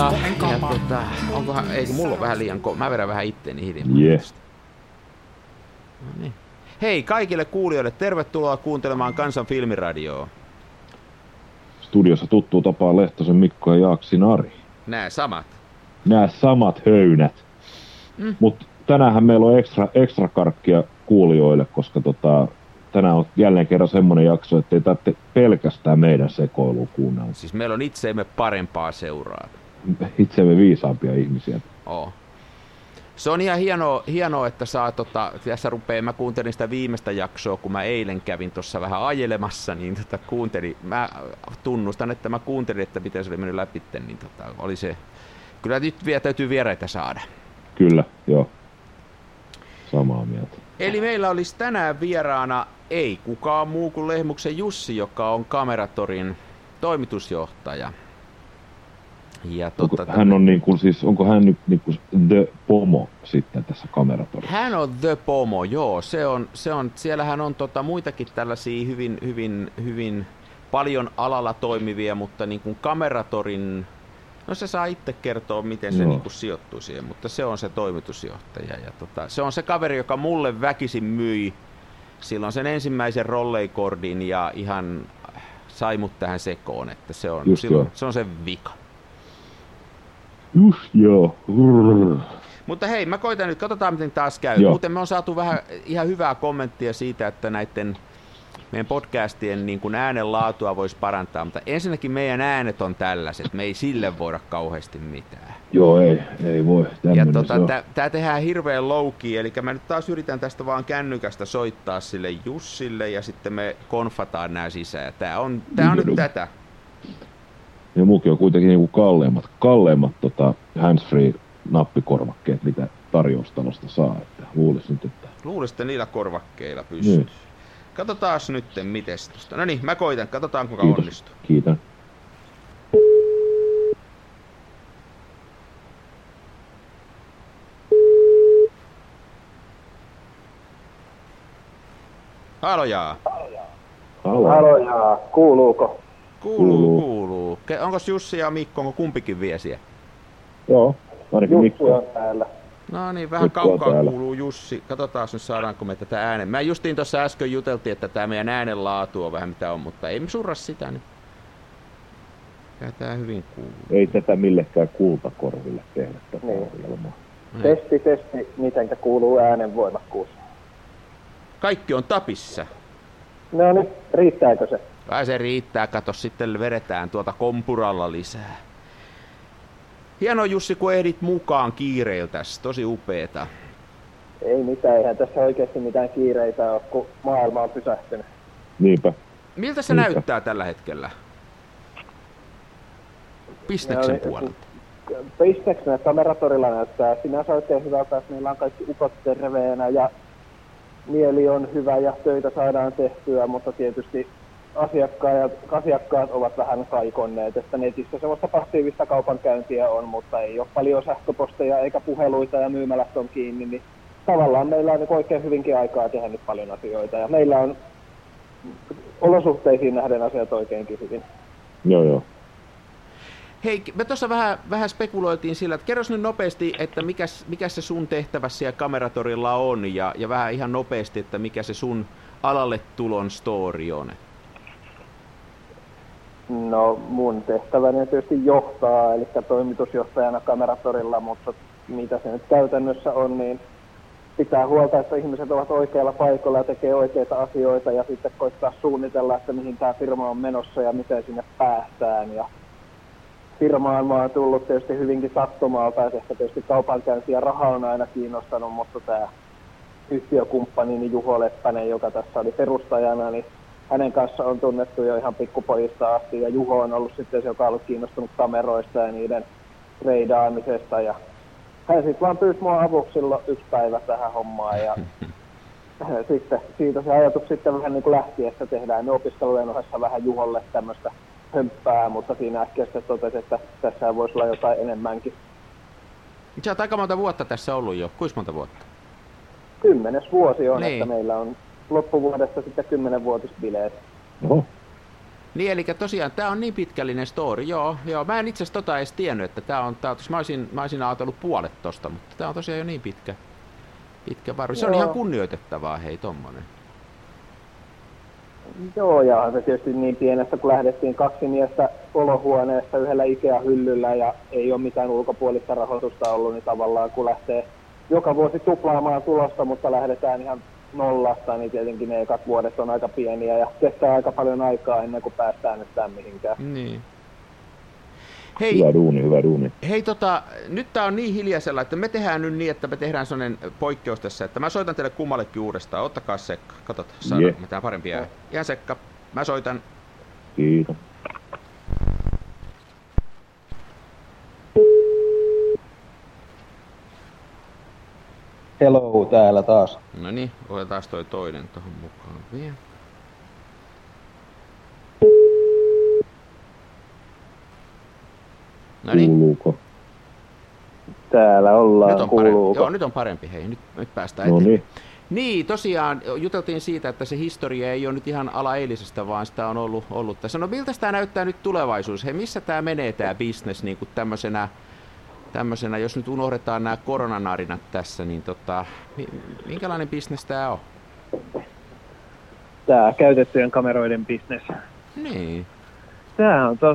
onkohan, eikö mulla on vähän liian mä vedän vähän itteeni hiljaa. Yes. No niin. Hei kaikille kuulijoille, tervetuloa kuuntelemaan Kansan filmiradioa. Studiossa tuttuu tapaan Lehtosen Mikko ja Jaaksin Ari. Nää samat höynät. Mutta tänäänhän meillä on ekstra karkkia kuulijoille, koska tänään on jälleen kerran semmoinen jakso, ettei tarvitse pelkästään meidän sekoilua kuunnella. Siis meillä on itseemme parempaa seuraa. Itseemme viisaampia ihmisiä. Se on ihan hienoa, että saa tässä mä kuuntelin sitä viimeistä jaksoa, kun mä eilen kävin tuossa vähän ajelemassa, niin kuuntelin, mä tunnustan, että mä kuuntelin, että miten se oli mennyt läpi, niin oli se, kyllä nyt vielä täytyy vieraita saada. Kyllä, joo. Samaa mieltä. Eli meillä olisi tänään vieraana ei kukaan muu kuin Lehmuksen Jussi, joka on Kameratorin toimitusjohtaja. Ja hän on onko hän nyt the pomo sitten tässä Kameratorissa? Hän on the pomo, joo. Se on siellähän on muitakin tällaisia hyvin paljon alalla toimivia, mutta niin kuin Kameratorin, no se saa itse kertoa, miten se niin kuin sijoittuu siihen, mutta se on se toimitusjohtaja. Ja se on se kaveri, joka mulle väkisin myi silloin sen ensimmäisen rolleikordin ja ihan sai mut tähän sekoon, että se on se vika. Joo. Mutta hei, mä koitan nyt, katsotaan miten taas käy. Muuten me on saatu vähän ihan hyvää kommenttia siitä, että näiden meidän podcastien niin kuin äänenlaatua voisi parantaa, mutta ensinnäkin meidän äänet on tällaiset, me ei sille voida kauheasti mitään. Joo, ei voi. Ja tää tehdään hirveän low-key, eli mä nyt taas yritän tästä vaan kännykästä soittaa sille Jussille ja sitten me konfataan nää sisään. Tää on nyt tätä. Ja muukin on kuitenkin niinku kalleimmat handsfree nappikorvakkeet, mitä tarjoustalosta saa. Että luulisin, että niillä korvakkeilla pystyy. Niin. Katsotaas nyt mites tosta. No niin, mä koitan. Katsotaan kuinka onnistuu. Kiitän. Halojaa. Halojaa. Kuuluuko? Kuuluu. Onko Jussi ja Mikko, onko kumpikin vie siellä? Joo, ainakin Mikko on täällä. No niin, vähän kaukaa kuuluu Jussi. Katsotaan nyt saadaanko me tätä äänen. Mä justiin tuossa äsken juteltiin, että tää meidän äänenlaatu on vähän mitä on, mutta ei me surra sitä nyt. Tää hyvin kuuluu. Ei tätä millekään kultakorville tehdä tätä ohjelmaa. Testi, mitenkä kuuluu äänen voimakkuus. Kaikki on tapissa. No niin, riittääkö se? Kai se riittää, kato sitten vedetään tuota kompuralla lisää. Hieno Jussi, kun ehdit mukaan kiireiltäs, tosi upeeta. Ei mitään, eihän tässä oikeasti mitään kiireitä ole, kun maailma on pysähtynyt. Niinpä. Miltä se näyttää tällä hetkellä? Bisneksen puolelta. Bisneksen Kameratorilla näyttää sinänsä oikein hyvältä, että meillä on kaikki ukot terveenä ja mieli on hyvä ja töitä saadaan tehtyä, mutta tietysti asiakkaat ovat vähän kaikonneet, että netissä sellaista passiivista kaupankäyntiä on, mutta ei ole paljon sähköposteja eikä puheluita ja myymälät on kiinni, niin tavallaan meillä on oikein hyvinkin aikaa tehdä nyt paljon asioita ja meillä on olosuhteisiin nähden asiat oikeinkin hyvin. Joo. Hei, me tuossa vähän spekuloitiin sillä, että kerros nyt nopeasti, että mikä se sun tehtävä siellä Kameratorilla on ja vähän ihan nopeasti, että mikä se sun alalle tulon story on. No mun tehtäväni on tietysti johtaa, eli toimitusjohtajana Kameratorilla, mutta mitä se nyt käytännössä on, niin pitää huolta, että ihmiset ovat oikealla paikalla ja tekee oikeita asioita ja sitten koittaa suunnitella, että mihin tämä firma on menossa ja miten sinne päästään. Ja firmaan mä oon tullut tietysti hyvinkin sattumalta, että ehkä tietysti kaupankäynti ja raha on aina kiinnostanut, mutta tämä yhtiökumppanini Juho Leppänen, joka tässä oli perustajana, niin hänen kanssa on tunnettu jo ihan pikkupojista asti ja Juho on ollut sitten se, joka on ollut kiinnostunut kameroista ja niiden reidaamisesta ja hän sitten vaan pyysi mua avuksi silloin yksi päivä tähän hommaan ja sitten siitä se ajatus sitten vähän niin kuin lähti, että tehdään opiskelujen ohessa vähän Juholle tämmöistä hömppää, mutta siinä äsken sitten totesi, että tässä voisi olla jotain enemmänkin. Sä oot aika monta vuotta tässä ollut jo. Kuinka monta vuotta? 10. vuosi on, niin. Että meillä on loppuvuodesta sitten 10-vuotisbileet. Oho. Niin, eli tosiaan tämä on niin pitkällinen story, joo. Mä en itse asiassa edes tiennyt, että tämä on mä olisin ajatellut puolet tosta, mutta tämä on tosiaan jo niin pitkä varri. Se on ihan kunnioitettavaa, hei, tommonen. Joo, ja se tietysti niin pienestä, kun lähdettiin 2 miestä olohuoneesta yhdellä Ikea-hyllyllä ja ei ole mitään ulkopuolista rahoitusta ollut, niin tavallaan kun lähtee joka vuosi tuplaamaan tulosta, mutta lähdetään ihan nollasta, niin tietenkin ne ekat vuodet on aika pieniä ja kestää aika paljon aikaa ennen kuin päästään yhtään mihinkään. Niin. Hei, hyvä duuni. Hei, nyt tää on niin hiljaisella, että me tehdään nyt niin, että me tehdään sellainen poikkeus tässä, että mä soitan teille kummallekin uudestaan. Ottakaa Sekka, katsotaan, saadaan mitään parempia. Ja Sekka, mä soitan. Kiitos. Hello, täällä taas. No niin, otetaan toi toinen tohon mukaan vielä. Noniin. Kuuluuko? Täällä ollaan, nyt on kuuluuko? Joo, nyt on parempi, hei, nyt päästään eteen. Noniin. Niin, tosiaan juteltiin siitä, että se historia ei ole nyt ihan alaeilisestä, vaan sitä on ollut tässä. No miltä tämä näyttää nyt tulevaisuus? Hei, missä tämä menee tämä business niin kuin tämmöisenä, jos nyt unohdetaan nämä koronanarinat tässä, niin minkälainen business tämä on? Tämä käytettyjen kameroiden business. Niin. Tämä on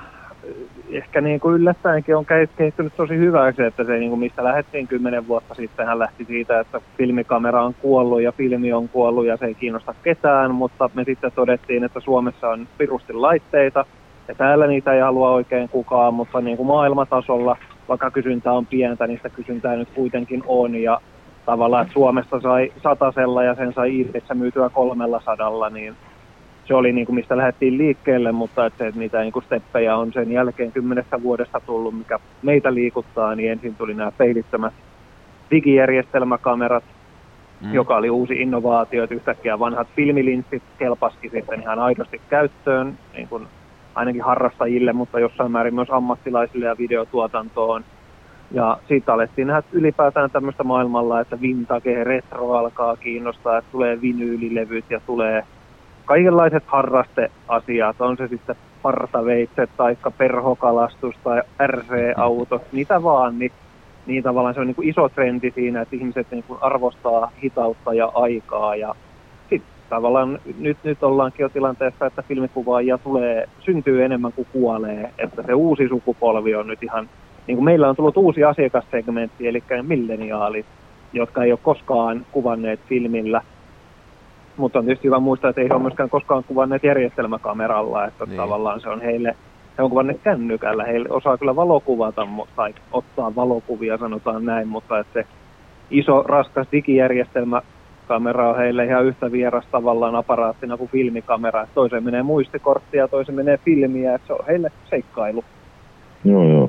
ehkä niin kuin yllättäenkin on kehittynyt tosi hyväksi, että se niin kuin mistä lähdettiin 10 vuotta sitten, hän lähti siitä, että filmikamera on kuollut ja filmi on kuollut ja se ei kiinnosta ketään, mutta me sitten todettiin, että Suomessa on pirusti laitteita ja täällä niitä ei halua oikein kukaan, mutta niin kuin maailmatasolla, vaikka kysyntä on pientä, niin sitä kysyntää nyt kuitenkin on ja tavallaan, että Suomessa sai 100 ja sen sai Iirissä myytyä 300, niin se oli niin kuin mistä lähdettiin liikkeelle, mutta että mitä niin kuin steppejä on sen jälkeen 10 vuodesta tullut, mikä meitä liikuttaa, niin ensin tuli nämä peilittömät digijärjestelmäkamerat, joka oli uusi innovaatio, että yhtäkkiä vanhat filmilinssit kelpasikin sitten ihan aidosti käyttöön, niin kuin ainakin harrastajille, mutta jossain määrin myös ammattilaisille ja videotuotantoon. Ja siitä alettiin nähdä ylipäätään tämmöistä maailmalla, että vintage, retro alkaa kiinnostaa, että tulee vinyylilevyt ja tulee kaikenlaiset harrasteasiat, on se sitten partaveitset tai perhokalastus tai RC-autot, mitä vaan, niin tavallaan se on niin kuin iso trendi siinä, että ihmiset niin kuin arvostaa hitautta ja aikaa. Ja sitten tavallaan nyt ollaankin jo tilanteessa, että filmikuvaajia syntyy enemmän kuin kuolee, että se uusi sukupolvi on nyt ihan, niin kuin meillä on tullut uusi asiakassegmentti, eli milleniaalit, jotka ei ole koskaan kuvanneet filmillä. Mutta on tietysti hyvä muistaa, että ei ole myöskään koskaan kuvanneet järjestelmäkameralla, että tavallaan se on heille, he on kuvanneet kännykällä, heille osaa kyllä valokuvata tai ottaa valokuvia, sanotaan näin, mutta että se iso, raskas digijärjestelmäkamera on heille ihan yhtä vieras tavallaan aparaattina kuin filmikamera, että toiseen menee muistikorttia ja toiseen menee filmiä, että se on heille seikkailu. Joo.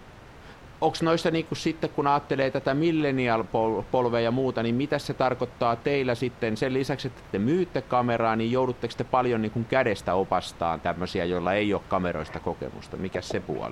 Onko noissa niin kuin sitten, kun ajattelee tätä millennial-polvea ja muuta, niin mitä se tarkoittaa teillä sitten? Sen lisäksi, että te myytte kameraa, niin joudutteko te paljon niin kuin kädestä opastaan tämmöisiä, joilla ei ole kameroista kokemusta? Mikä se puoli?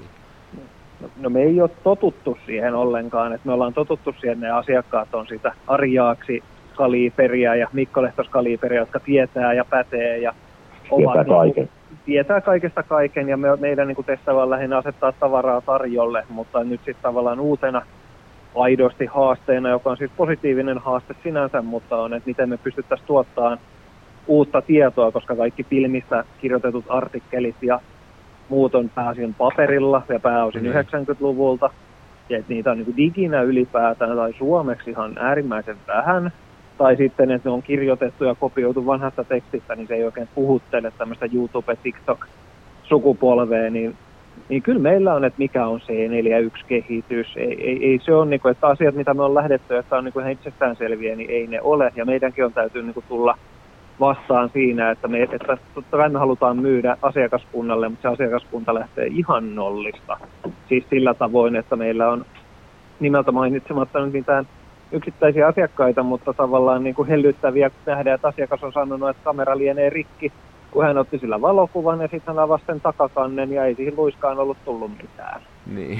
No me ei ole totuttu siihen ollenkaan. Että me ollaan totuttu siihen, ne asiakkaat on sitä Arjaaksi kaliiperia ja Mikko Lehtos kaliiperia, jotka tietää ja pätee ja ovat kaiken. Tietää kaikesta kaiken ja meidän niin tehtävä on lähinnä asettaa tavaraa tarjolle, mutta nyt sitten tavallaan uutena aidosti haasteena, joka on siis positiivinen haaste sinänsä, mutta on, että miten me pystyttäisiin tuottamaan uutta tietoa, koska kaikki filmissä kirjoitetut artikkelit ja muut on pääosin paperilla ja pääosin 90-luvulta, ja että niitä on niin diginä ylipäätään tai suomeksi ihan äärimmäisen vähän. Tai sitten, että ne on kirjoitettu ja kopioitu vanhasta tekstistä, niin se ei oikein puhuttele tämmöistä YouTube, TikTok-sukupolvea, niin kyllä meillä on, että mikä on C41-kehitys. Ei se ole, niin kuin, että asiat, mitä me on lähdetty, että on niin kuin ihan itsestäänselviä, niin ei ne ole. Ja meidänkin on täytyy niin kuin tulla vastaan siinä, että totta kai me halutaan myydä asiakaskunnalle, mutta se asiakaskunta lähtee ihan nollista. Siis sillä tavoin, että meillä on nimeltä mainitsematta nyt mitään yksittäisiä asiakkaita, mutta tavallaan niin kuin hellyttäviä nähdä, että asiakas on sanonut, että kamera lienee rikki, kun hän otti sillä valokuvan ja sitten hän avasi sen takakannen ja ei siihen luiskaan ollut tullut mitään. Niin.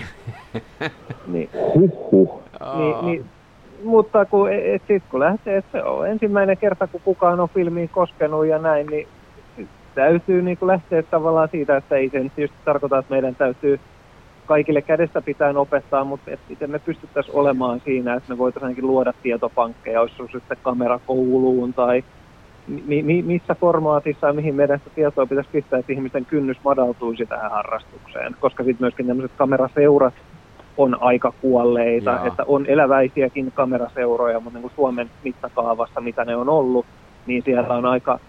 niin, mutta kun lähtee, että se on ensimmäinen kerta, kun kukaan on filmiin koskenut ja näin, niin täytyy niin kuin lähteä tavallaan siitä, että ei se nyt tietysti tarkoita, että meidän täytyy kaikille kädestä pitää opettaa, mutta miten me pystyttäisiin olemaan siinä, että me voitaisiin ainakin luoda tietopankkeja, olisi se sitten kamerakouluun tai missä formaatissa ja mihin meidän sitä tietoa pitäisi pistää, että ihmisten kynnys madaltuisi tähän harrastukseen, koska sitten myöskin tämmöiset kameraseurat on aika kuolleita, että on eläväisiäkin kameraseuroja, mutta niin kuin Suomen mittakaavassa, mitä ne on ollut, niin siellä on aika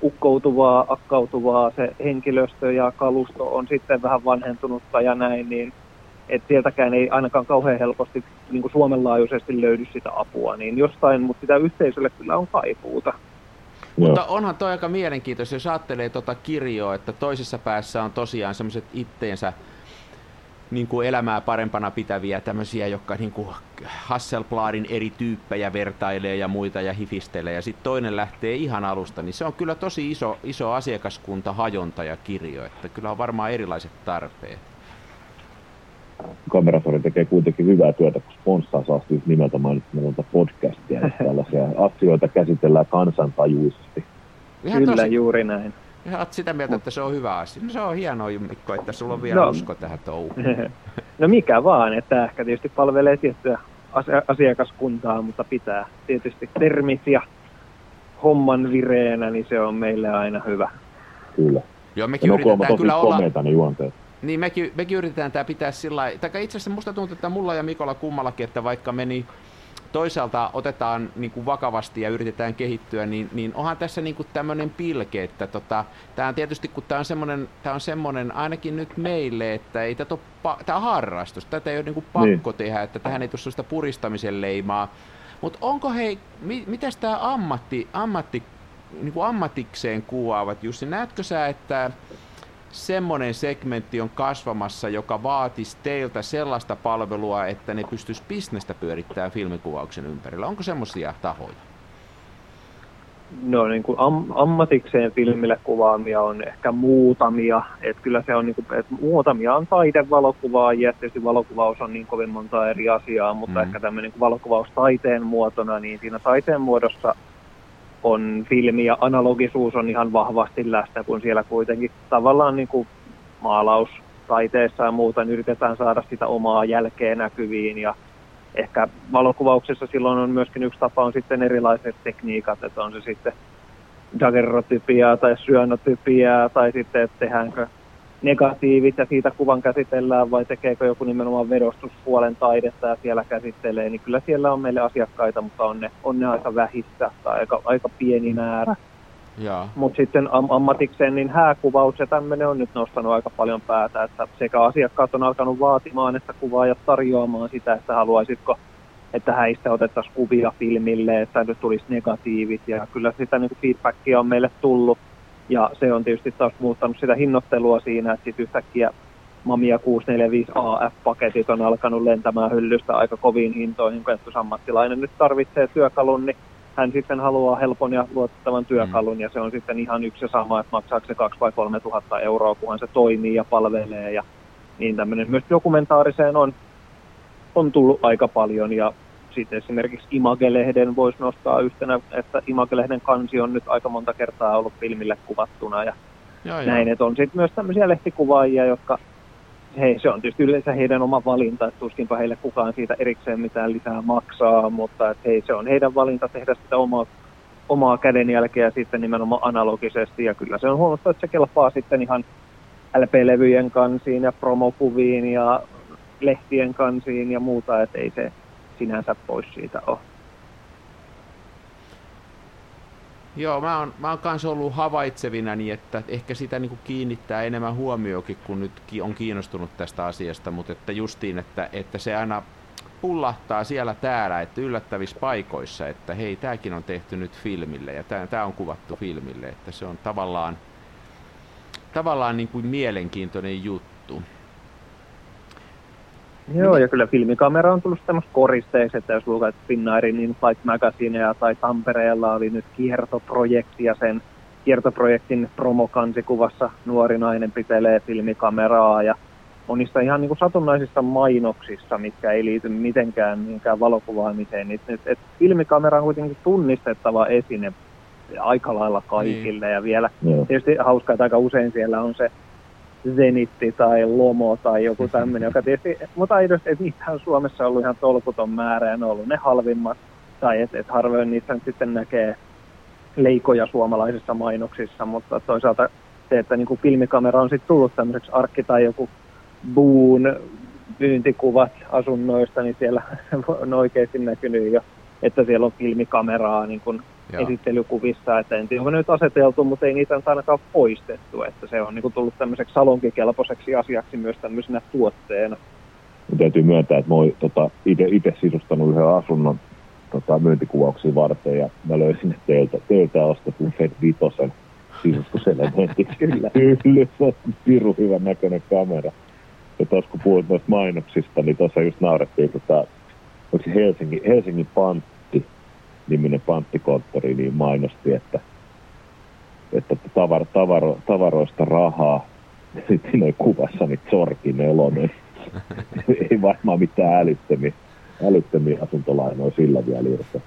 akkautuvaa se henkilöstö ja kalusto on sitten vähän vanhentunutta ja näin, niin että sieltäkään ei ainakaan kauhean helposti niin kuin Suomen laajuisesti löydy sitä apua, niin jostain, mutta sitä yhteisölle kyllä on kaipuuta. Mutta onhan toi aika mielenkiintoista, jos ajattelee tuota kirjoa, että toisessa päässä on tosiaan semmoiset itteensä niin kuin elämää parempana pitäviä tämmöisiä, jotka niin kuin Hasselbladin eri tyyppejä vertailee ja muita ja hifistelee, ja sitten toinen lähtee ihan alusta, niin se on kyllä tosi iso asiakaskunta, hajonta ja kirjo, että kyllä on varmaan erilaiset tarpeet. Kamerasori tekee kuitenkin hyvää työtä, kun sponssaa saasti nimeltä mainitsemalta podcastia, että tällaisia asioita käsitellään kansantajuisesti. Kyllä, juuri näin. Ja olet sitä mieltä, että se on hyvä asia. No se on hienoa, Mikko, että sulla on vielä usko tähän touhuun. No mikä vaan, että ehkä tietysti palvelee tiettyä asiakaskuntaa, mutta pitää tietysti termit ja homman vireenä, niin se on meille aina hyvä. Kyllä. Joo, mekin yritetään kyllä olla... Ne juonteet. Niin, mekin yritetään tämä pitää sillä lailla, tai itse asiassa musta tuntuu, että mulla ja Mikolla kummallakin, että vaikka meni toisaalta otetaan niin kuin vakavasti ja yritetään kehittyä, niin onhan tässä niin kuin tämmöinen pilke, että tämä on tietysti, kun tämä on semmoinen ainakin nyt meille, että ei tämä on harrastus, tätä ei ole niin kuin pakko tehdä, että tähän ei tule sellaista puristamisen leimaa, mutta onko mitäs tämä niin kuin ammatikseen kuvaavat, Jussi, näetkö sä, että semmoinen segmentti on kasvamassa, joka vaatisi teiltä sellaista palvelua, että ne pystyisi bisnestä pyörittämään filmikuvauksen ympärillä. Onko semmoisia tahoja? No niin kuin ammatikseen filmille kuvaamia on ehkä muutamia. Että kyllä se on, niin kuin, että muutamia on taidevalokuvaajia. Tietysti valokuvaus on niin kovin monta eri asiaa, mutta ehkä tämmöinen niin valokuvaus taiteen muotona, niin siinä taiteen muodossa on filmi ja analogisuus on ihan vahvasti läsnä, kun siellä kuitenkin tavallaan niin kuin maalaustaiteessa ja muuta niin yritetään saada sitä omaa jälkeä näkyviin. Ja ehkä valokuvauksessa silloin on myöskin yksi tapa on sitten erilaiset tekniikat, että on se sitten daguerreotypiaa tai syanotypiaa tai sitten, että tehdäänkö negatiivit ja siitä kuvan käsitellään vai tekeekö joku nimenomaan vedostuspuolen taidetta ja siellä käsittelee, niin kyllä siellä on meille asiakkaita, mutta on ne aika vähissä tai aika pieni määrä. Mutta sitten ammatikseen niin hääkuvaus ja tämmöinen on nyt nostanut aika paljon päätä, että sekä asiakkaat on alkanut vaatimaan, että kuvaajat tarjoamaan sitä, että haluaisitko, että häistä otettaisiin kuvia filmille, että nyt tulisi negatiivit ja kyllä sitä niin kuin feedbackia on meille tullut. Ja se on tietysti taas muuttanut sitä hinnoittelua siinä, että sitten yhtäkkiä Mamiya 645 AF-paketit on alkanut lentämään hyllystä aika koviin hintoihin, kun jos ammattilainen nyt tarvitsee työkalun, niin hän sitten haluaa helpon ja luotettavan työkalun, ja se on sitten ihan yksi ja sama, että maksaako se 2 vai 3 tuhatta euroa, kunhan se toimii ja palvelee, ja niin tämmöinen myös dokumentaariseen on tullut aika paljon, ja sitten esimerkiksi Image-lehden voisi nostaa yhtenä, että Image-lehden kansi on nyt aika monta kertaa ollut filmille kuvattuna ja näin, että on sitten myös tämmöisiä lehtikuvaajia, jotka se on tietysti yleensä heidän oma valinta, että tuskinpa heille kukaan siitä erikseen mitään lisää maksaa, mutta että se on heidän valinta tehdä sitä omaa kädenjälkeä sitten nimenomaan analogisesti ja kyllä se on huomattu, että se kelpaa sitten ihan LP-levyjen kansiin ja promokuviin ja lehtien kansiin ja muuta, että ei se sinänsä pois siitä ole. Joo, mä oon kanssa ollut havaitsevinani, että ehkä sitä niin kuin kiinnittää enemmän huomioonkin, kun nyt on kiinnostunut tästä asiasta, mutta että justiin, että se aina pullahtaa siellä täällä, että yllättävissä paikoissa, että hei, tääkin on tehty nyt filmille ja tää on kuvattu filmille, että se on tavallaan niin kuin mielenkiintoinen juttu. Joo, ja kyllä filmikamera on tullut tämmöistä koristeissa, että jos lukat Finnairin In-Flight Magazinea tai Tampereella oli nyt kiertoprojekti ja sen kiertoprojektin promokansikuvassa nuori nainen pitelee filmikameraa ja monista ihan niin kuin satunnaisista mainoksissa, mitkä ei liity mitenkään mihinkään valokuvaamiseen. Filmikamera on kuitenkin tunnistettava esine aika lailla kaikille. Ja vielä tietysti hauskaa, että aika usein siellä on se Zenitti tai Lomo tai joku tämmöinen, joka tietysti, mutta aidosti, että niitä on Suomessa ollut ihan tolkuton määrä ja ne on ollut ne halvimmat. Tai että harvoin niissä sitten näkee leikoja suomalaisissa mainoksissa, mutta toisaalta se, että niin kuin filmikamera on sitten tullut tämmöiseksi arkki tai joku Boon myyntikuvat asunnoista, niin siellä on oikeasti näkynyt jo, että siellä on filmikameraa niin kuin esittelykuvissa, että en tiedä, onko ne nyt aseteltu, mutta ei niitä ainakaan poistettu, että se on niin kuin tullut tämmöiseksi salonkikelpoiseksi asiaksi myös tämmöisenä tuotteena. Täytyy myöntää, että mä oon itse sisustanut yhden asunnon myyntikuvauksia varten, ja mä löysin teiltä ostetun Fed Vitosen sisustuselementiksi. Kyllä, se on pirun hyvän näköinen kamera. Ja tuossa kun puhuit noista mainoksista, niin tuossa just naurettiin, onko se Helsingin Pantti-niminen panttikonttori, niin mainosti, että tavaroista rahaa, sitten siinä kuvassa niin Zorki 4. Ei varmaan mitään älyttömiä asuntolainoja sillä vielä irti.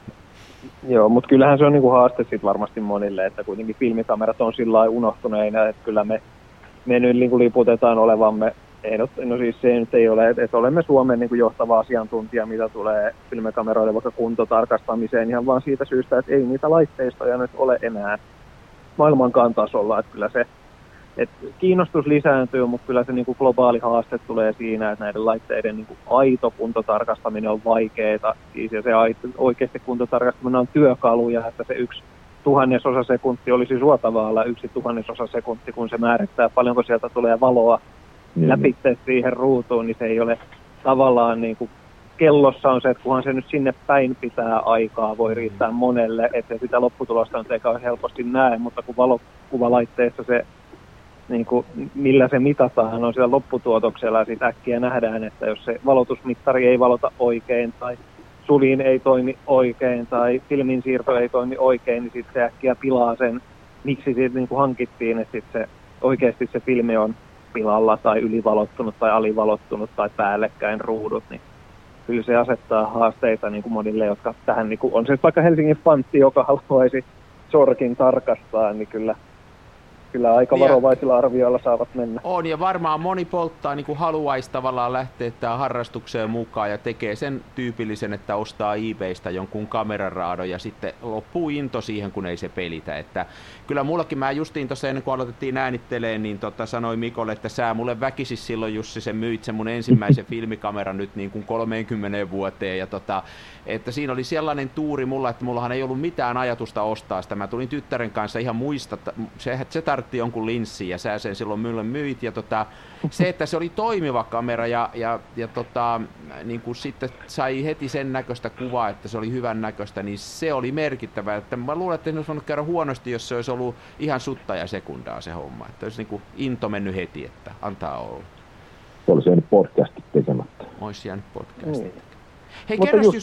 Joo, mutta kyllähän se on niinku haaste sit varmasti monille, että kuitenkin filmikamerat on sillä lailla unohtuneina, että kyllä me nyt niinku liputetaan olevamme, no siis se nyt ei ole, että olemme Suomen niinku johtava asiantuntija, mitä tulee filmikameroiden vaikka kuntotarkastamiseen, ihan vaan siitä syystä, että ei niitä laitteistoja nyt ole enää maailmankaan tasolla, että kyllä se kiinnostus lisääntyy, mutta kyllä se niin kuin globaali haaste tulee siinä, että näiden laitteiden niin kuin aito kuntotarkastaminen on vaikeaa. Siis ja se oikeasti kuntotarkastaminen on työkaluja, että se 1/1000 sekunti olisi suotavaa olla 1/1000 sekunti, kun se määrittää paljonko sieltä tulee valoa läpi siihen ruutuun, niin se ei ole tavallaan niin kuin kellossa on se, että kunhan se nyt sinne päin pitää aikaa, voi riittää monelle, että sitä lopputulosta nyt eikä helposti näe, mutta kun valokuvalaitteessa se niin kuin, millä se mitataan, on siellä lopputuotoksella ja sitten äkkiä nähdään, että jos se valotusmittari ei valota oikein tai suliin ei toimi oikein tai filmin siirto ei toimi oikein, niin sitten se äkkiä pilaa sen, miksi siitä niin kuin hankittiin, että sitten se, oikeasti se filmi on pilalla tai ylivalottunut tai alivalottunut tai päällekkäin ruudut, niin kyllä se asettaa haasteita niin kuin monille, jotka tähän, niin kuin on se vaikka Helsingin Pantti, joka haluaisi Zorkin tarkastaa, niin kyllä aika varovaisilla arvioilla saavat mennä. On, ja varmaan moni polttaa niin kuin haluaisi tavallaan lähteä tähän harrastukseen mukaan ja tekee sen tyypillisen, että ostaa eBaystä jonkun kameraraadon ja sitten loppuu into siihen, kun ei se pelitä. Että kyllä mullakin, mä justiin tuossa ennen kuin aloitettiin äänitteleen, niin sanoin Mikolle, että sä mulle väkisin silloin Jussi sen myit sen mun ensimmäisen filmikameran nyt niin kuin 30 vuoteen. Ja että siinä oli sellainen tuuri mulla, että mullahan ei ollut mitään ajatusta ostaa sitä. Mä tulin tyttären kanssa ihan muista, se tartti jonkun linssin ja sä sen silloin minulle myit. Ja se, että se oli toimiva kamera ja niin kuin sitten sai heti sen näköistä kuvaa, että se oli hyvän näköistä, niin se oli merkittävä. Että mä luulen, että se olisi voinut käydä huonosti, jos se olisi ollut ihan sutta ja sekundaa se homma. Että olisi niin kuin into mennyt heti, että antaa olla. Se olisi jäänyt podcastit tekemättä. Olisi jäänyt podcastit. Niin. Hei,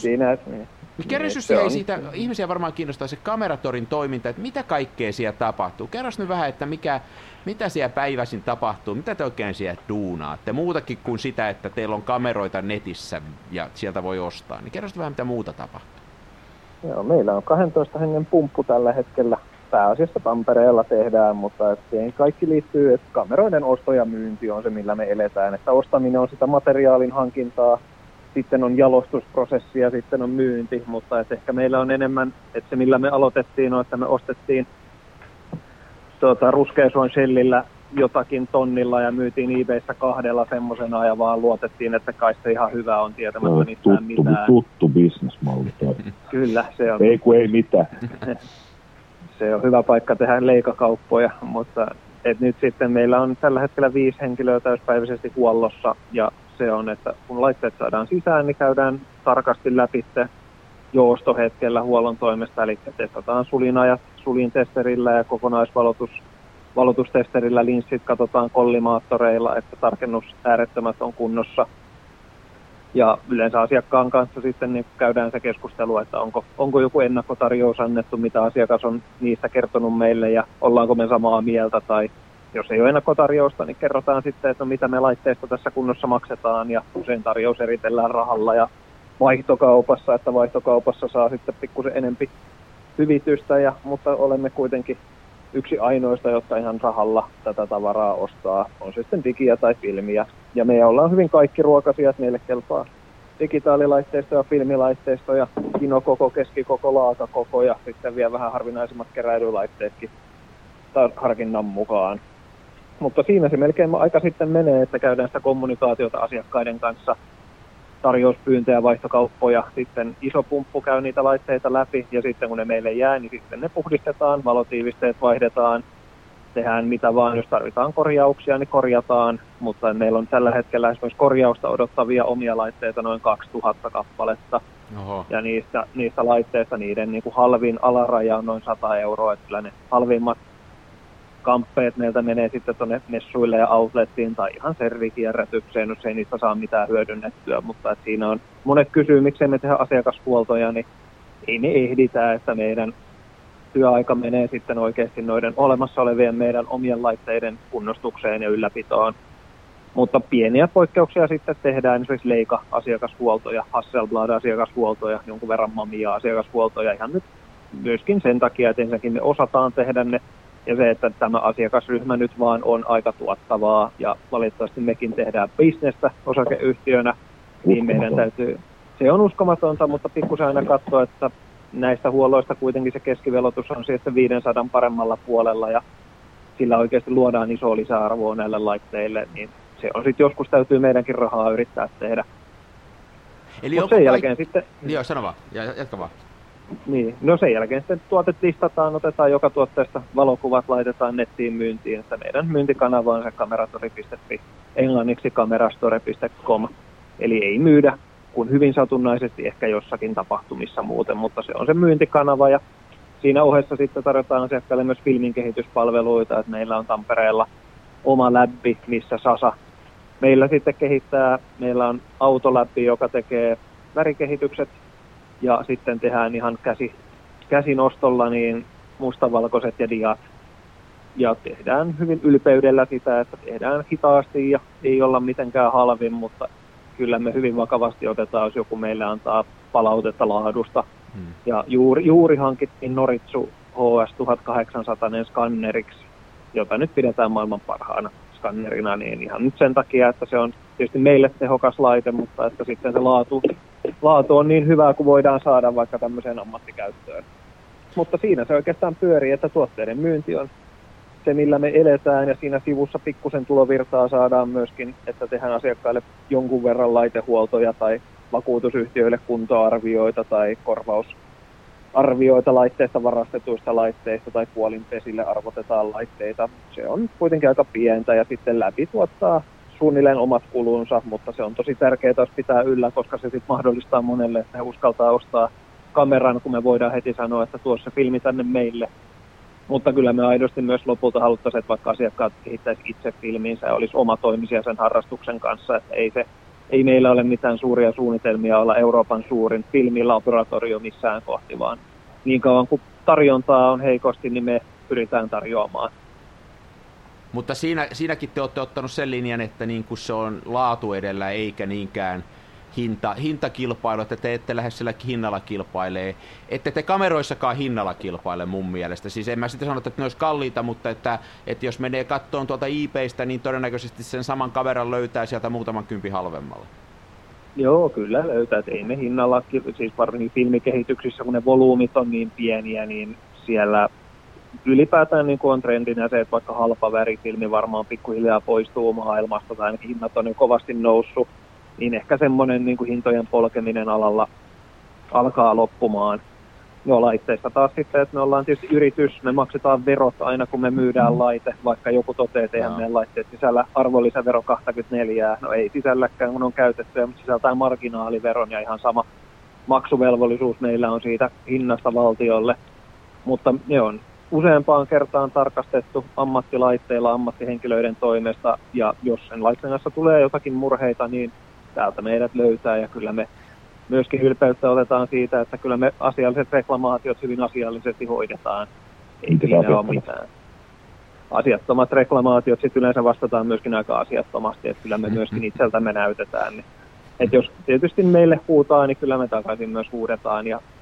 kerros just siitä, ihmisiä varmaan kiinnostaa se Kameratorin toiminta, että mitä kaikkea siellä tapahtuu. Kerros nyt vähän, että mitä siellä päiväisin tapahtuu, mitä te oikein siellä duunaatte, muutakin kuin sitä, että teillä on kameroita netissä ja sieltä voi ostaa, niin kerros vähän, mitä muuta tapahtuu. Joo, meillä on 12 hengen pumppu tällä hetkellä. Pääasiassa Tampereella tehdään, mutta siihen kaikki liittyy, että kameroiden osto ja myynti on se, millä me eletään. Että ostaminen on sitä materiaalin hankintaa, sitten on jalostusprosessi ja sitten on myynti, mutta että ehkä meillä on enemmän, että se millä me aloitettiin on, että me ostettiin Ruskeasuon Shellillä jotakin tonnilla ja myytiin eBayssä 2 semmosena ja vaan luotettiin, että kai se ihan hyvä on tietämättä niistä mitään. Tuttu bisnesmalli. Kyllä, se on. Ei kun ei mitään. Se on hyvä paikka tehdä leikakauppoja, mutta nyt sitten meillä on tällä hetkellä 5 henkilöä täyspäiväisesti huollossa ja se on, että kun laitteet saadaan sisään, niin käydään tarkasti läpi joustohetkellä huollon toimesta, eli testataan sulinajat sulintesterillä ja kokonaisvalotustesterillä, linssit katsotaan kollimaattoreilla, että tarkennusäärettömät on kunnossa. Ja yleensä asiakkaan kanssa sitten niin käydään se keskustelu, että onko joku ennakkotarjous annettu, mitä asiakas on niistä kertonut meille ja ollaanko me samaa mieltä tai jos ei ole ennakkotarjousta, niin kerrotaan sitten, että mitä me laitteista tässä kunnossa maksetaan ja usein tarjous eritellään rahalla ja vaihtokaupassa, että vaihtokaupassa saa sitten pikkusen hyvitystä, mutta olemme kuitenkin yksi ainoista, jotka ihan rahalla tätä tavaraa ostaa, on se sitten digiä tai filmiä. Ja me ollaan hyvin kaikki ruokaisia, että meille kelpaa digitaalilaitteisto ja filmilaitteisto ja kinokoko, keskikoko, laakakoko ja sitten vielä vähän harvinaisemmat keräilylaitteetkin harkinnan mukaan. Mutta siinä se melkein aika sitten menee, että käydään sitä kommunikaatiota asiakkaiden kanssa, tarjouspyyntejä, vaihtokauppoja, sitten iso pumppu käy niitä laitteita läpi ja sitten kun ne meille jää, niin sitten ne puhdistetaan, valotiivisteet vaihdetaan, tehdään mitä vaan, jos tarvitaan korjauksia, niin korjataan, mutta meillä on tällä hetkellä esimerkiksi korjausta odottavia omia laitteita noin 2000 kappaletta. Oho. Ja niistä laitteista niiden niin kuin halvin alaraja on noin 100 €, että kyllä ne halvimmat kamppeet meiltä menee sitten tuonne messuille ja outlettiin tai ihan servikierrätykseen, jos ei niistä saa mitään hyödynnettyä, mutta että siinä on monet kysyy, miksei me tehdä asiakashuoltoja, niin ei ne ehditä, että meidän työaika menee sitten oikeasti noiden olemassa olevien meidän omien laitteiden kunnostukseen ja ylläpitoon. Mutta pieniä poikkeuksia sitten tehdään, esimerkiksi Leica-asiakashuoltoja, Hasselblad-asiakashuoltoja, jonkun verran Mamiya-asiakashuoltoja ihan nyt myöskin sen takia, että ensinnäkin me osataan tehdä ne. Ja se, että tämä asiakasryhmä nyt vaan on aika tuottavaa ja valitettavasti mekin tehdään bisnestä osakeyhtiönä, niin meidän täytyy, se on uskomatonta, mutta pikkusen aina katsoa, että näistä huolloista kuitenkin se keskivelotus on sitten 500 paremmalla puolella ja sillä oikeasti luodaan iso lisäarvoa näille laitteille, niin se on sitten joskus täytyy meidänkin rahaa yrittää tehdä. Eli sen jälkeen sitten... Joo, sano vaan, jatka vaan. Niin, no sen jälkeen sitten tuotet listataan, otetaan joka tuotteesta valokuvat, laitetaan nettiin myyntiin, että meidän myyntikanava on se kameratori.fi, englanniksi kamerastore.com, eli ei myydä kuin hyvin satunnaisesti ehkä jossakin tapahtumissa muuten, mutta se on se myyntikanava ja siinä ohessa sitten tarjotaan asiakkaille myös filmin kehityspalveluita, että meillä on Tampereella oma läbbi, missä Sasa meillä sitten kehittää, meillä on autoläbbi, joka tekee värikehitykset, ja sitten tehdään ihan käsinostolla niin mustavalkoiset ja diat. Ja tehdään hyvin ylpeydellä sitä, että tehdään hitaasti ja ei olla mitenkään halvin, mutta kyllä me hyvin vakavasti otetaan, jos joku meille antaa palautetta laadusta. Ja juuri hankittiin Noritsu HS 1800 skanneriksi, jota nyt pidetään maailman parhaana skannerina, niin ihan nyt sen takia, että se on tietysti meille tehokas laite, mutta että sitten se laatu on niin hyvää kuin voidaan saada vaikka tämmöiseen ammattikäyttöön. Mutta siinä se oikeastaan pyörii, että tuotteiden myynti on se, millä me eletään, ja siinä sivussa pikkusen tulovirtaa saadaan myöskin, että tehdään asiakkaille jonkun verran laitehuoltoja tai vakuutusyhtiöille kuntoarvioita tai korvausarvioita laitteista, varastetuista laitteista tai kuolinpesille arvotetaan laitteita. Se on kuitenkin aika pientä ja sitten läpi tuottaa suunnilleen omat kulunsa, mutta se on tosi tärkeää, jos pitää yllä, koska se sitten mahdollistaa monelle, että he uskaltaa ostaa kameran, kun me voidaan heti sanoa, että tuossa filmi tänne meille. Mutta kyllä me aidosti myös lopulta haluttaisiin, että vaikka asiakkaat kehittäisi itse filmiinsä ja olisi omatoimisia sen harrastuksen kanssa, että ei meillä ole mitään suuria suunnitelmia olla Euroopan suurin filmilaboratorio missään kohti, vaan niin kauan kuin tarjontaa on heikosti, niin me pyritään tarjoamaan. Mutta siinäkin te olette ottanut sen linjan, että niin kuin se on laatu edellä eikä niinkään hintakilpailu, että te ette lähde sillä hinnalla kilpailee. Ette te kameroissakaan hinnalla kilpaile mun mielestä. Siis en mä sitten sano, että ne olisi kalliita, mutta että jos menee kattoon tuolta eBaystä, niin todennäköisesti sen saman kameran löytää sieltä muutaman kympin halvemmalla. Joo, kyllä löytää. Ei me hinnalla, siis varsinkin filmikehityksissä, kun ne volyymit on niin pieniä, niin siellä ylipäätään niin kuin on trendinä se, että vaikka halpa värifilmi varmaan pikkuhiljaa poistuu maailmasta tai ainakin hinnat on jo kovasti noussut, niin ehkä semmoinen niin kuin hintojen polkeminen alalla alkaa loppumaan. No laitteista taas sitten, että me ollaan tietysti yritys, me maksetaan verot aina kun me myydään laite, vaikka joku toteaa, että eihän meidän laitteet sisällä arvonlisävero 24, no ei sisälläkään kun on käytetty, mutta sisältää marginaaliveron ja ihan sama maksuvelvollisuus meillä on siitä hinnasta valtiolle, mutta ne on useampaan kertaan tarkastettu ammattilaitteilla ammattihenkilöiden toimesta, ja jos sen laitteen kanssa tulee jotakin murheita, niin täältä meidät löytää, ja kyllä me myöskin ylpeyttä otetaan siitä, että kyllä me asialliset reklamaatiot hyvin asiallisesti hoidetaan. Ei siinä ole mitään. Asiattomat reklamaatiot sitten yleensä vastataan myöskin aika asiattomasti, että kyllä me myöskin itseltämme näytetään. Että jos tietysti meille huutaa, niin kyllä me takaisin myös huudetaan, ja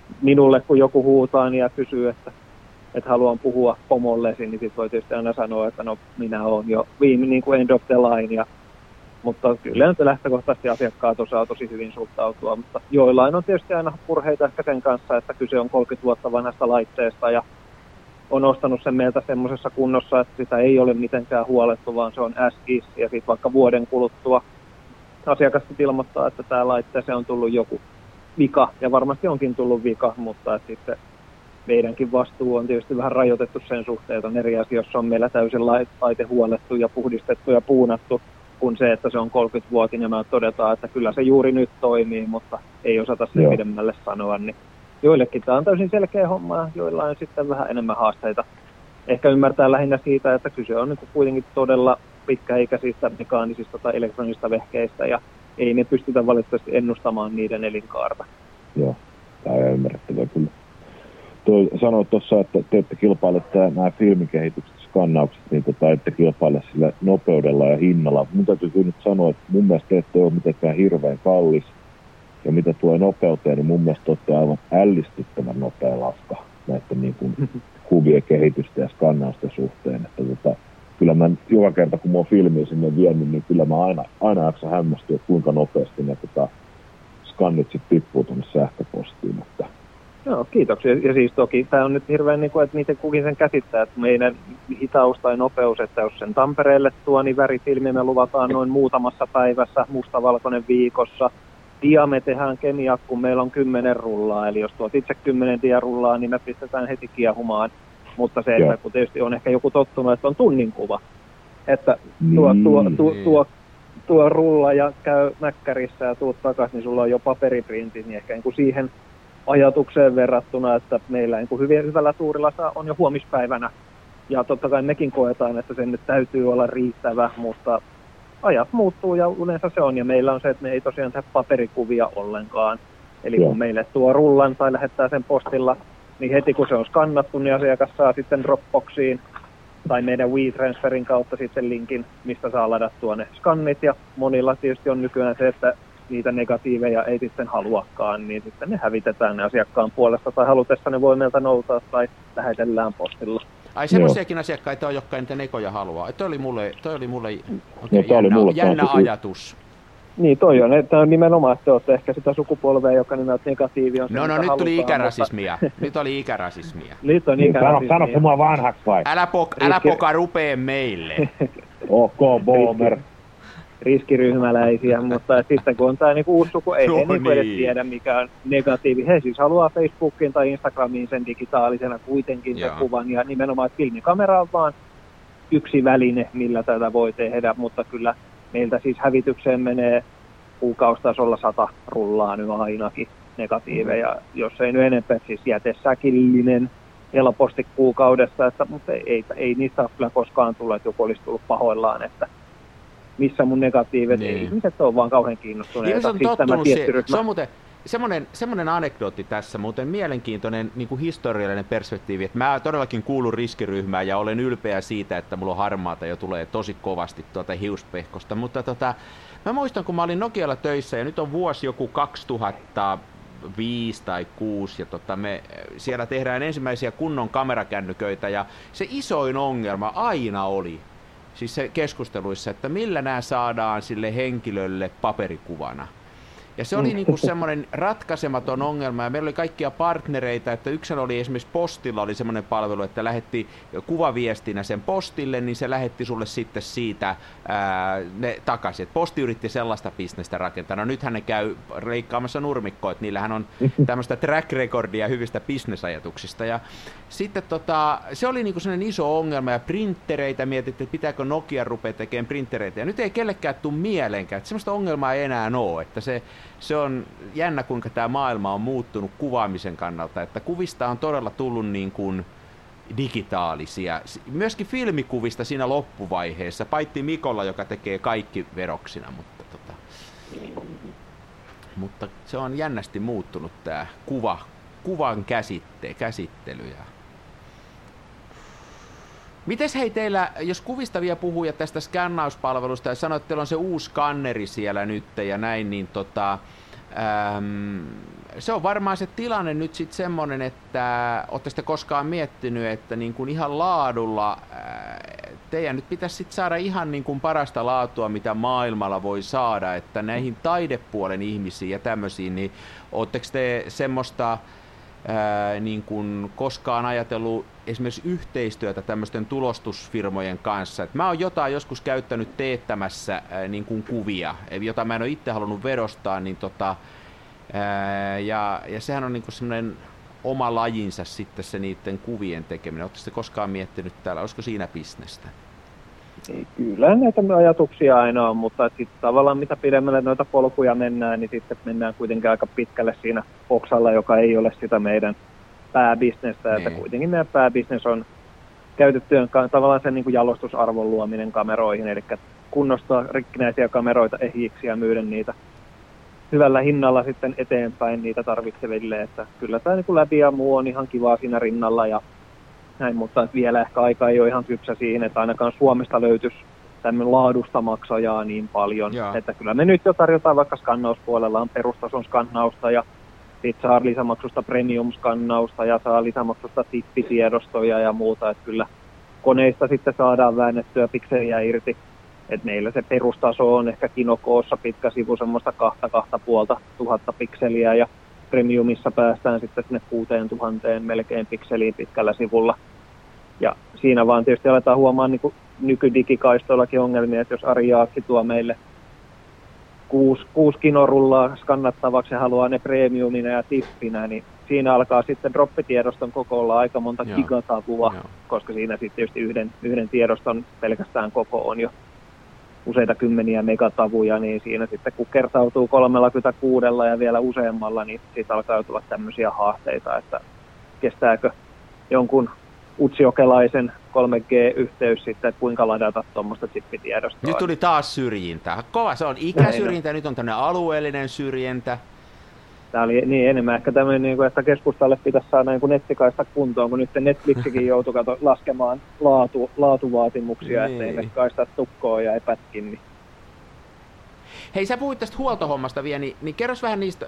minulle, kun joku huutaa niin ja kysyy, että haluan puhua pomollesi, niin sitten voi tietysti aina sanoa, että no minä olen jo viime niin kuin end of the line. Mutta kyllä nyt lähtökohtaisesti asiakkaat osaa tosi hyvin suhtautua, mutta joillain on tietysti aina purheita ehkä sen kanssa, että kyse on 30 vuotta vanhasta laitteesta ja on ostanut sen meiltä semmoisessa kunnossa, että sitä ei ole mitenkään huolettu, vaan se on as is, ja sitten vaikka vuoden kuluttua asiakas ilmoittaa, että tämä laitteeseen on tullut joku vika, ja varmasti onkin tullut vika, mutta sitten meidänkin vastuu on tietysti vähän rajoitettu sen suhteen, että on eri asioissa on meillä täysin laite huolettu ja puhdistettu ja puunattu, kuin se, että se on 30-vuotin ja me todetaan, että kyllä se juuri nyt toimii, mutta ei osata sen pidemmälle sanoa, niin joillekin tämä on täysin selkeä homma ja joillain sitten vähän enemmän haasteita. Ehkä ymmärtää lähinnä siitä, että kyse on niin kuitenkin todella pitkäikäisistä mekaanisista tai elektronisista vehkeistä ja ei ne pystytä valitettavasti ennustamaan niiden elinkaarta. Joo, tämä on ymmärrettävää kyllä. Sanoit tuossa, että te ette kilpaile nämä filmikehitykset, skannaukset, niin ette kilpaile sillä nopeudella ja hinnalla. Mun täytyy nyt sanoa, että mun mielestä te ette ole mitenkään hirveän kallis. Ja mitä tulee nopeuteen, niin mun mielestä olette aivan ällistyttävän nopea lafka näiden niin kuin kuvien kehitystä ja skannausten suhteen. Että kyllä mä joka kerta, kun mä oon filmiä sinne vienyt, niin kyllä mä aina jaksan hämmästyä, että kuinka nopeasti ne skannit sitten tippuu tuonne sähköpostiin. Että Joo, kiitoksia. Ja siis toki tämä on nyt hirveän, niin kuin, että miten kukin sen käsittää, että meidän hitaus tai nopeus, että jos sen Tampereelle tuo, niin värifilmi me luvataan noin muutamassa päivässä, mustavalkoinen viikossa. Dia me tehdään kemiak, kun meillä on 10 rullaa, eli jos tuot itse 10 diarullaa, niin me pistetään heti kiehumaan. Mutta se, että kun tietysti on ehkä joku tottunut, että on tunnin kuva, että tuo rulla ja käy mäkkärissä ja tuut takaisin, niin sulla on jo paperiprintit, niin ehkä niin kuin siihen ajatukseen verrattuna, että meillä niin kuin hyvällä tuurilla on jo huomispäivänä. Ja totta kai mekin koetaan, että sen nyt täytyy olla riittävä, mutta ajat muuttuu ja yleensä se on. Ja meillä on se, että me ei tosiaan tehdä paperikuvia ollenkaan. Eli kun meille tuo rullan tai lähettää sen postilla, niin heti kun se on skannattu, niin asiakas saa sitten Dropboxiin tai meidän WeTransferin kautta sitten linkin, mistä saa ladattua ne skannit. Ja monilla tietysti on nykyään se, että niitä negatiiveja ei sitten haluakaan, niin sitten ne hävitetään ne asiakkaan puolesta tai halutessa ne voi meiltä noutaa tai lähetellään postilla. Ai semmoisiakin asiakkaita on, jotka niitä nekoja haluaa. Toi oli mulle jännä ajatus. Niin toi on, että on nimenomaan, että olette ehkä sitä sukupolvea, joka nimeltä negatiivi on se, No nyt tuli ikärasismia. Nyt oli ikärasismia. Nyt on ikärasismia. Sano se mua vanhaksi vai? Älä poka rupee meille. OK, boomer. Riskiryhmäläisiä, mutta sitten kun on tämä niinku uusi suku, ei he niin edes tiedä mikä on negatiivi. He siis haluaa Facebookiin tai Instagramiin sen digitaalisena kuitenkin sen kuvan ja nimenomaan, että filmikamera on vaan yksi väline, millä tätä voi tehdä, mutta kyllä meiltä siis hävitykseen menee kuukausitasolla 100 rullaa nyt ainakin negatiiveja, jos ei nyt enempää, siis jätesäkillinen helposti kuukaudessa, mutta ei niistä ole kyllä koskaan tullut, että joku olisi tullut pahoillaan, että missä mun negatiivit, niin. Ihmiset on vaan kauhean kiinnostuneita. Niin, se on muuten semmoinen anekdootti tässä, muuten mielenkiintoinen niin kuin historiallinen perspektiivi, että mä todellakin kuulun riskiryhmään ja olen ylpeä siitä, että mulla on harmaata ja tulee tosi kovasti tuota hiuspehkosta, mutta mä muistan, kun mä olin Nokialla töissä ja nyt on vuosi joku 2005 tai 2006 ja me siellä tehdään ensimmäisiä kunnon kamerakännyköitä ja se isoin ongelma aina oli, siis se keskusteluissa, että millä nämä saadaan sille henkilölle paperikuvana. Ja se oli niinku semmoinen ratkaisematon ongelma, ja meillä oli kaikkia partnereita, että yksin oli esimerkiksi postilla oli semmoinen palvelu, että lähetti kuvaviestinä sen postille, niin se lähetti sulle sitten siitä ne takaisin. Et posti yritti sellaista bisnestä rakentaa. No nythän ne käy leikkaamassa nurmikkoa, että niillähän on tämmöistä track recordia hyvistä bisnesajatuksista. Ja sitten se oli niinku sellainen iso ongelma, ja printtereitä mietittiin, että pitääkö Nokia rupea tekemään printtereitä. Ja nyt ei kellekään tule mieleenkään, että semmoista ongelmaa ei enää ole, että se on jännä, kuinka tämä maailma on muuttunut kuvaamisen kannalta, että kuvista on todella tullut niin kuin digitaalisia. Myöskin filmikuvista siinä loppuvaiheessa, paitsi Mikolla, joka tekee kaikki veroksina, mutta se on jännästi muuttunut tämä kuvan käsittely. Mites hei teillä, jos kuvista vielä puhuu ja tästä skannauspalvelusta ja sanoit, että teillä on se uusi skanneri siellä nyt ja näin, niin se on varmaan se tilanne nyt sitten semmoinen, että ootte sitten koskaan miettinyt, että niin kuin ihan laadulla teidän nyt pitäisi sit saada ihan niin kuin parasta laatua, mitä maailmalla voi saada, että näihin taidepuolen ihmisiin ja tämmöisiin, niin ootteko te semmoista niin kuin koskaan ajatellut esimerkiksi yhteistyötä tämmöisten tulostusfirmojen kanssa? Et mä oon jotain joskus käyttänyt teettämässä niin kuin kuvia, jota mä en ole itse halunnut vedostaa, niin ja sehän on niin kuin semmoinen oma lajinsa sitten se niiden kuvien tekeminen. Oletteko te koskaan miettinyt täällä, olisiko siinä bisnestä? Kyllä näitä ajatuksia aina on, mutta sitten tavallaan mitä pidemmälle noita polkuja mennään, niin sitten mennään kuitenkin aika pitkälle siinä oksalla, joka ei ole sitä meidän pääbisnestä. Että kuitenkin meidän pääbisnes on käytettyjen tavallaan sen niin kuin jalostusarvon luominen kameroihin, eli kunnostaa rikkinäisiä kameroita ehjiksi ja myydä niitä hyvällä hinnalla sitten eteenpäin niitä tarvitseville, että kyllä tämä niin kuin läpi ja muu on ihan kivaa siinä rinnalla ja näin, mutta vielä ehkä aika ei ole ihan kypsä siihen, että ainakaan Suomesta löytyisi tämmöinen laadusta maksajaa niin paljon, että kyllä me nyt jo tarjotaan vaikka skannauspuolella on perustason skannausta ja sitten saa lisämaksusta premium-skannausta ja saa lisämaksusta tippitiedostoja ja muuta, että kyllä koneista sitten saadaan väännettyä pikseliä irti. Et meillä se perustaso on ehkä Kinokoossa pitkä sivu semmoista 2,5 pikseliä ja premiumissa päästään sitten sinne 6000 melkein pikseliin pitkällä sivulla. Ja siinä vaan tietysti aletaan huomaa niin kuin nykydigikaistoillakin ongelmia, että jos Ari Jaakki tuo meille 6 kinorullaa skannattavaksi ja haluaa ne premiumina ja tippinä, niin siinä alkaa sitten droppitiedoston koko olla aika monta gigatavua, koska siinä sitten tietysti yhden tiedoston pelkästään koko on jo useita kymmeniä megatavuja, niin siinä sitten kun kertautuu 36 ja vielä useammalla, niin siitä alkaa tulla tämmöisiä haasteita, että kestääkö jonkun utsiokelaisen 3G-yhteys sitten, että kuinka ladata tuommoista chippitiedostoa. Nyt tuli taas syrjintä. Kova, se on ikäsyrjintä, nyt on tämmöinen alueellinen syrjintä. Tämä oli niin enemmän ehkä tämmöinen, että keskustalle pitäisi saada niin nettikaista kuntoon, kun nyt Netflixikin joutui laskemaan laatuvaatimuksia, ettei ne kaista tukkoon ja epätkin. Niin. Hei, sä puhuit tästä huoltohommasta vielä, niin kerros vähän niistä,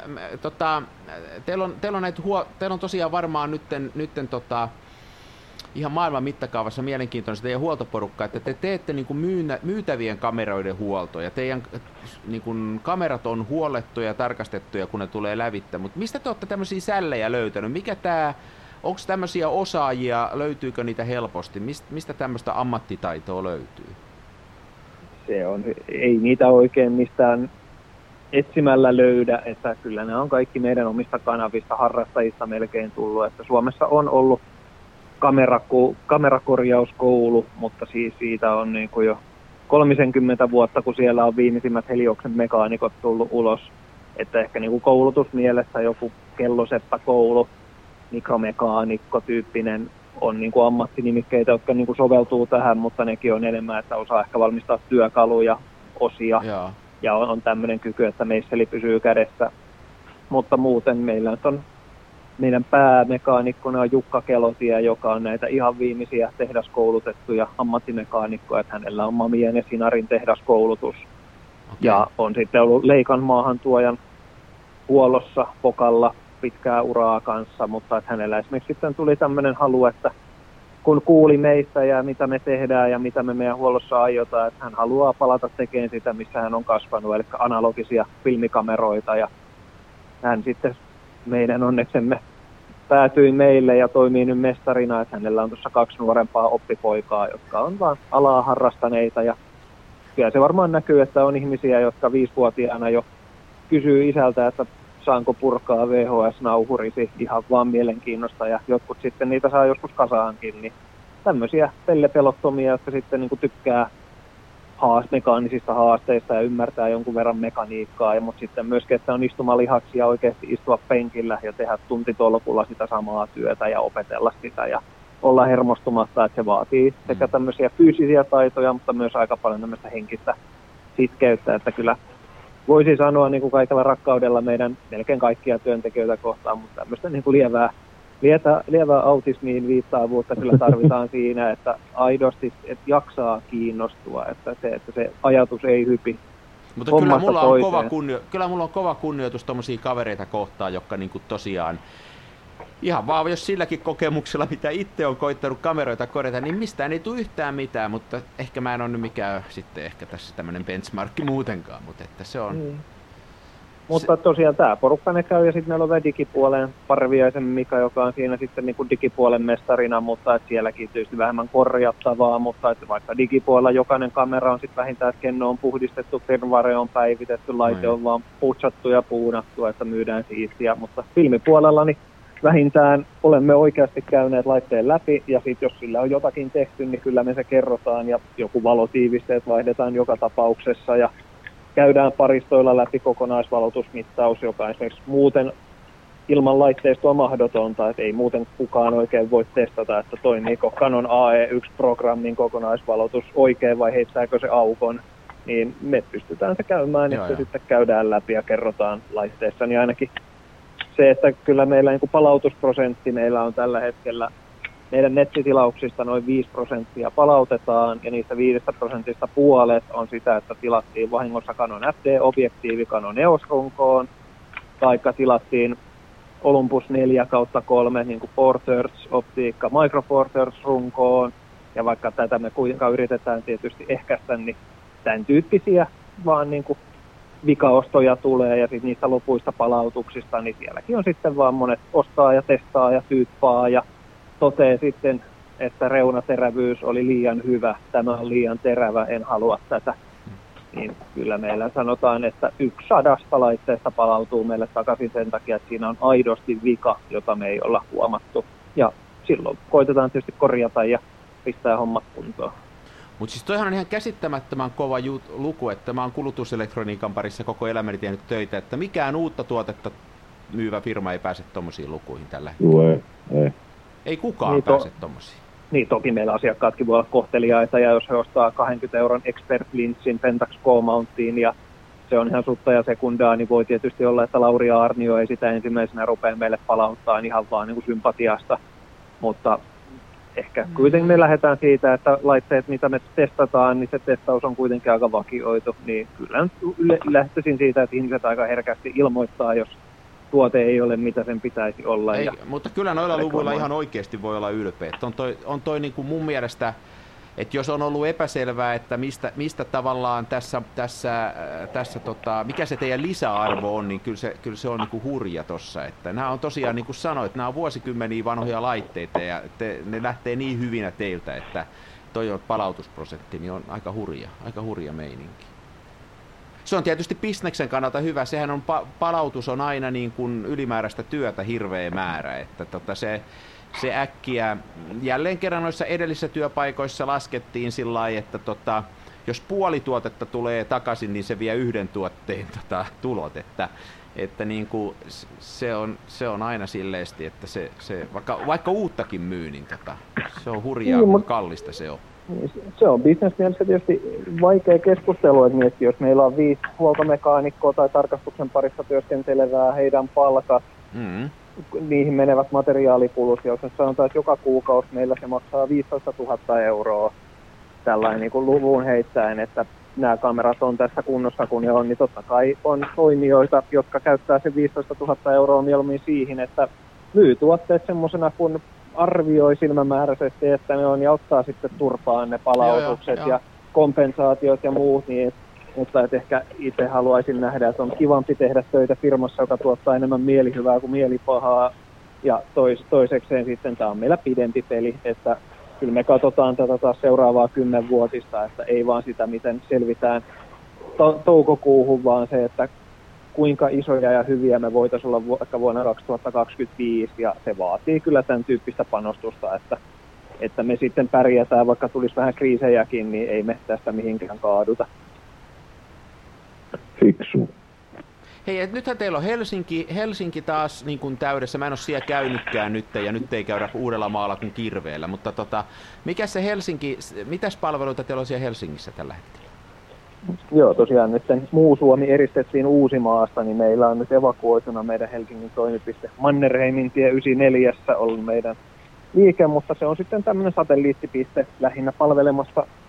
teillä on tosiaan varmaan nytten ihan maailman mittakaavassa mielenkiintoinen teidän huoltoporukka, että te teette niin kuin myytävien kameroiden huolto ja teidän niin kuin kamerat on huollettuja ja tarkastettuja, kun ne tulee lävittä, mutta mistä te olette tämmöisiä sällejä löytänyt? Onko tämmöisiä osaajia, löytyykö niitä helposti? Mistä tämmöistä ammattitaitoa löytyy? Ei niitä oikein mistään etsimällä löydä, että kyllä ne on kaikki meidän omista kanavista, harrastajista melkein tullut, että Suomessa on ollut kamerakorjauskoulu, mutta siis siitä on niin kuin jo 30 vuotta, kun siellä on viimeisimmät Helioksen mekaanikot tullut ulos. Että ehkä niin kuin koulutusmielessä joku kelloseppäkoulu, mikromekaanikko-tyyppinen on niin kuin ammattinimikkeitä, jotka niin kuin soveltuu tähän, mutta nekin on enemmän, että osaa ehkä valmistaa työkaluja, osia. Ja on tämmöinen kyky, että meisseli pysyy kädessä. Mutta muuten meillä on meidän päämekaanikkona on Jukka Kelotie, joka on näitä ihan viimeisiä tehdaskoulutettuja ammattimekaanikkoja, että hänellä on Mamien ja Sinarin tehdaskoulutus. Okay. Ja on sitten ollut Leikan maahantuojan huollossa Pokalla pitkää uraa kanssa, mutta että hänellä esimerkiksi sitten tuli tämmöinen halu, että kun kuuli meistä ja mitä me tehdään ja mitä me meidän huollossa aiotaan, että hän haluaa palata tekemään sitä, missä hän on kasvanut, eli analogisia filmikameroita, ja hän sitten meidän onneksemme päätyi meille ja toimii nyt mestarina, että hänellä on tuossa 2 nuorempaa oppipoikaa, jotka on vaan alaa harrastaneita. Ja kyllä se varmaan näkyy, että on ihmisiä, jotka 5-vuotiaana jo kysyy isältä, että saanko purkaa VHS-nauhurisi ihan vaan mielenkiinnosta. Ja jotkut sitten niitä saa joskus kasaankin. Niin tämmöisiä pellepelottomia, jotka sitten niin kuin tykkää mekaanisista haasteista ja ymmärtää jonkun verran mekaniikkaa, mutta sitten myöskin, että on istumalihaksi ja oikeasti istua penkillä ja tehdä tuntitolkulla sitä samaa työtä ja opetella sitä ja olla hermostumatta, että se vaatii sekä tämmöisiä fyysisiä taitoja, mutta myös aika paljon tämmöistä henkistä sitkeyttä, että kyllä voisi sanoa niin kuin kaikella rakkaudella meidän melkein kaikkia työntekijöitä kohtaan, mutta tämmöistä niin kuin lievää autismiin viittaavuutta kyllä tarvitaan siinä, että aidosti että jaksaa kiinnostua, että se ajatus ei hypi Mutta kyllä mulla on kova kunnioitus tommosia kavereita kohtaan, jotka niinku tosiaan ihan vaan jos silläkin kokemuksella, mitä itse on koittanut kameroita korjata, niin mistään ei tule yhtään mitään, mutta ehkä mä en ole nyt mikään sitten ehkä tässä tämmöinen benchmarkki muutenkaan, mutta että se on... Mutta tosiaan tämä porukka ne käy ja sitten meillä on vielä digipuolen Parviaisen Mika, joka on siinä sitten niin kuin digipuolen mestarina, mutta että sielläkin tietysti vähemmän korjattavaa, mutta että vaikka digipuolella jokainen kamera on sitten vähintään, että kenno on puhdistettu, firmware on päivitetty, laite on vaan putsattu ja puunattu, että myydään siistiä, mutta filmipuolella niin vähintään olemme oikeasti käyneet laitteen läpi ja sitten jos sillä on jotakin tehty, niin kyllä me se kerrotaan ja joku valotiivisteet vaihdetaan joka tapauksessa ja käydään paristoilla läpi kokonaisvalotusmittaus, joka esimerkiksi muuten ilman laitteistoa mahdotonta, että ei muuten kukaan oikein voi testata, että toimiiko Canon AE1-programmin kokonaisvalotus oikein vai heittääkö se aukon, niin me pystytään se käymään, että sitten käydään läpi ja kerrotaan laitteessa, niin ainakin se, että kyllä meillä niin kuin palautusprosentti meillä on tällä hetkellä meidän nettitilauksista noin 5% palautetaan, ja niistä 5% puolet on sitä, että tilattiin vahingossa Canon FD-objektiivi Canon EOS-runkoon, taikka tilattiin Olympus 4/3 niin kuin Four Thirds-optiikka Micro Four Thirds-runkoon, ja vaikka tätä me kuitenkaan yritetään tietysti ehkäistä, niin tämän tyyppisiä vaan niin kuin vikaostoja tulee, ja sitten niistä lopuista palautuksista, niin sielläkin on sitten vaan monet ostaa ja testaa ja tyyppaa, ja toteaa sitten, että reunaterävyys oli liian hyvä, tämä on liian terävä, en halua tätä. Niin kyllä meillä sanotaan, että 1/100 laitteesta palautuu meille takaisin sen takia, että siinä on aidosti vika, jota me ei olla huomattu. Ja silloin koitetaan tietysti korjata ja pistää hommat kuntoon. Mutta siis toihan on ihan käsittämättömän kova luku, että mä oon kulutuselektroniikan parissa koko elämäni tehnyt töitä, että mikään uutta tuotetta myyvä firma ei pääse tommosiin lukuihin tällä hetkellä. Joo, ei. Ei kukaan pääse tommosiin. Niin, toki meillä asiakkaatkin voi olla kohteliaita, ja jos he ostaa 20 € Expert Linsin Pentax K-mounttiin, ja se on ihan sutta ja sekundaa, niin voi tietysti olla, että Lauri Aarnio ei sitä ensimmäisenä rupea meille palauttaa ihan vaan niin kuin sympatiasta, mutta ehkä kuitenkin me lähdetään siitä, että laitteet, mitä me testataan, niin se testaus on kuitenkin aika vakioitu, niin kyllä lähtöisin siitä, että ihmiset aika herkästi ilmoittaa, jos tuote ei ole mitä sen pitäisi olla. Ei, mutta kyllä noilla luvuilla ihan oikeasti voi olla ylpeä. On toi niin kuin mun mielestä, että jos on ollut epäselvää, että mistä tavallaan mikä se teidän lisäarvo on, niin kyllä se on niin kuin hurja tossa. Että nämä on tosiaan, niin kuin sanoit, nämä on vuosikymmeniä vanhoja laitteita ja ne lähtee niin hyvinä teiltä, että toi on palautusprosentti, niin on aika hurja meininki. Se on tietysti bisneksen kannalta hyvä. Sehän on palautus on aina niin kuin ylimääräistä työtä hirveä määrä, että se äkkiä jälleen kerran noissa edellisissä työpaikoissa laskettiin sillä lailla, että jos puoli tuotetta tulee takaisin, niin se vie yhden tuotteen tulot, että niin kuin se on aina silleesti, että se vaikka uuttakin myy, niin se on hurjaa, niin, kuinka kallista se on. Se on bisnesmielessä tietysti vaikea keskustelu, että jos meillä on 5 huoltomekaanikkoa tai tarkastuksen parissa työskentelevää, heidän palkat, niihin menevät materiaalikulut, jos sanotaan, että joka kuukausi meillä se maksaa 15 000 € tällainen niin kuin luvun heittäen, että nämä kamerat on tässä kunnossa kun ne on, niin totta kai on toimijoita, jotka käyttää sen 15 000 € mieluummin siihen, että myy tuotteet semmoisena, kun arvioi silmämääräisesti, että ne on, ja ottaa sitten turpaan ne palautukset ja kompensaatiot ja muut, niin mutta että ehkä itse haluaisin nähdä, että on kivampi tehdä töitä firmassa, joka tuottaa enemmän mielihyvää kuin mielipahaa, ja toisekseen sitten tämä on meillä pidempi peli, että kyllä me katsotaan tätä taas seuraavaa 10-vuotista, että ei vaan sitä, miten selvitään toukokuuhun, vaan se, että kuinka isoja ja hyviä me voitaisiin olla vaikka vuonna 2025, ja se vaatii kyllä tämän tyyppistä panostusta, että me sitten pärjätään, vaikka tulisi vähän kriisejäkin, niin ei me tästä mihinkään kaaduta. Fiksu. Hei, et nythän teillä on Helsinki taas niin kuin täydessä. Mä en ole siellä käynytkään nyt, ja nyt ei käydä Uudellamaalla kuin kirveellä, mutta mikä se Helsinki, mitäs palveluita teillä on siellä Helsingissä tällä hetkellä? Joo, tosiaan nyt muu Suomi eristettiin Uusimaasta, niin meillä on nyt evakuoituna meidän Helsingin toimipiste Mannerheimin tie 94 ollut meidän liike, mutta se on sitten tämmöinen satelliittipiste lähinnä palvelemassa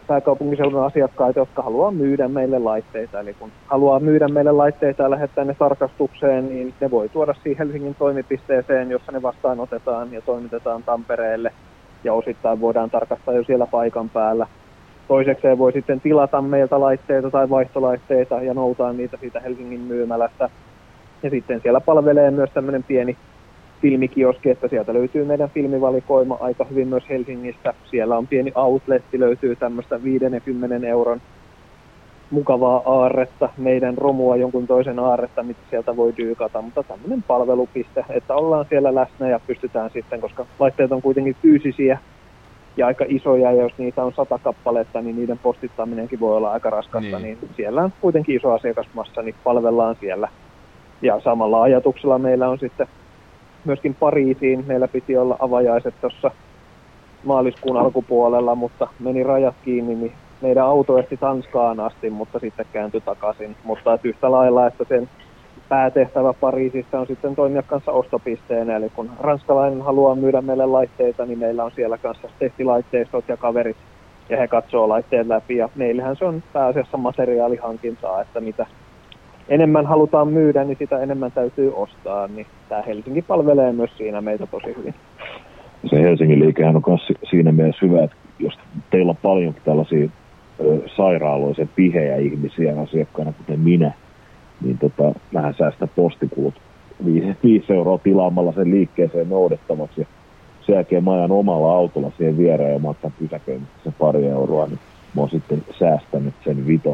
pääkaupunkiseudun asiakkaita, jotka haluaa myydä meille laitteita. Eli kun haluaa myydä meille laitteita ja lähettää ne tarkastukseen, niin ne voi tuoda siihen Helsingin toimipisteeseen, jossa ne vastaanotetaan ja toimitetaan Tampereelle. Ja osittain voidaan tarkastaa jo siellä paikan päällä. Toisekseen voi sitten tilata meiltä laitteita tai vaihtolaitteita ja noutaa niitä siitä Helsingin myymälästä. Ja sitten siellä palvelee myös tämmöinen pieni filmikioski, että sieltä löytyy meidän filmivalikoima aika hyvin myös Helsingistä. Siellä on pieni outletti, löytyy tämmöistä 50 euron mukavaa aarretta, meidän romua jonkun toisen aarretta, mitä sieltä voi dyykata, mutta tämmöinen palvelupiste, että ollaan siellä läsnä ja pystytään sitten, koska laitteet on kuitenkin fyysisiä ja aika isoja, ja jos niitä on 100 kappaletta, niin niiden postittaminenkin voi olla aika raskasta, niin siellä on kuitenkin iso asiakasmassa, niin palvellaan siellä. Ja samalla ajatuksella meillä on sitten myöskin Pariisiin. Meillä piti olla avajaiset tuossa maaliskuun alkupuolella, mutta meni rajat kiinni, niin meidän auto ehti Tanskaan asti, mutta sitten kääntyi takaisin. Mutta yhtä lailla, että sen päätehtävä Pariisissa on sitten toimia kanssa ostopisteenä. Eli kun ranskalainen haluaa myydä meille laitteita, niin meillä on siellä kanssa testilaitteistot ja kaverit, ja he katsoo laitteet läpi. Ja meillähän se on pääasiassa materiaalihankintaa, että mitä enemmän halutaan myydä, niin sitä enemmän täytyy ostaa, niin tämä Helsinki palvelee myös siinä meitä tosi hyvin. Se Helsingin liikehän on myös siinä mielessä hyvä, että jos teillä on paljon tällaisia sairaaloisen pihejä ihmisiä asiakkaana, kuten minä, niin vähän säästä postikulut 5 euroa tilaamalla sen liikkeeseen noudettavaksi. Ja sen jälkeen mä ajan omalla autolla siihen viereen ja maksan pysäköinnistä sen 2 euroa, niin mä oon sitten säästänyt sen 5.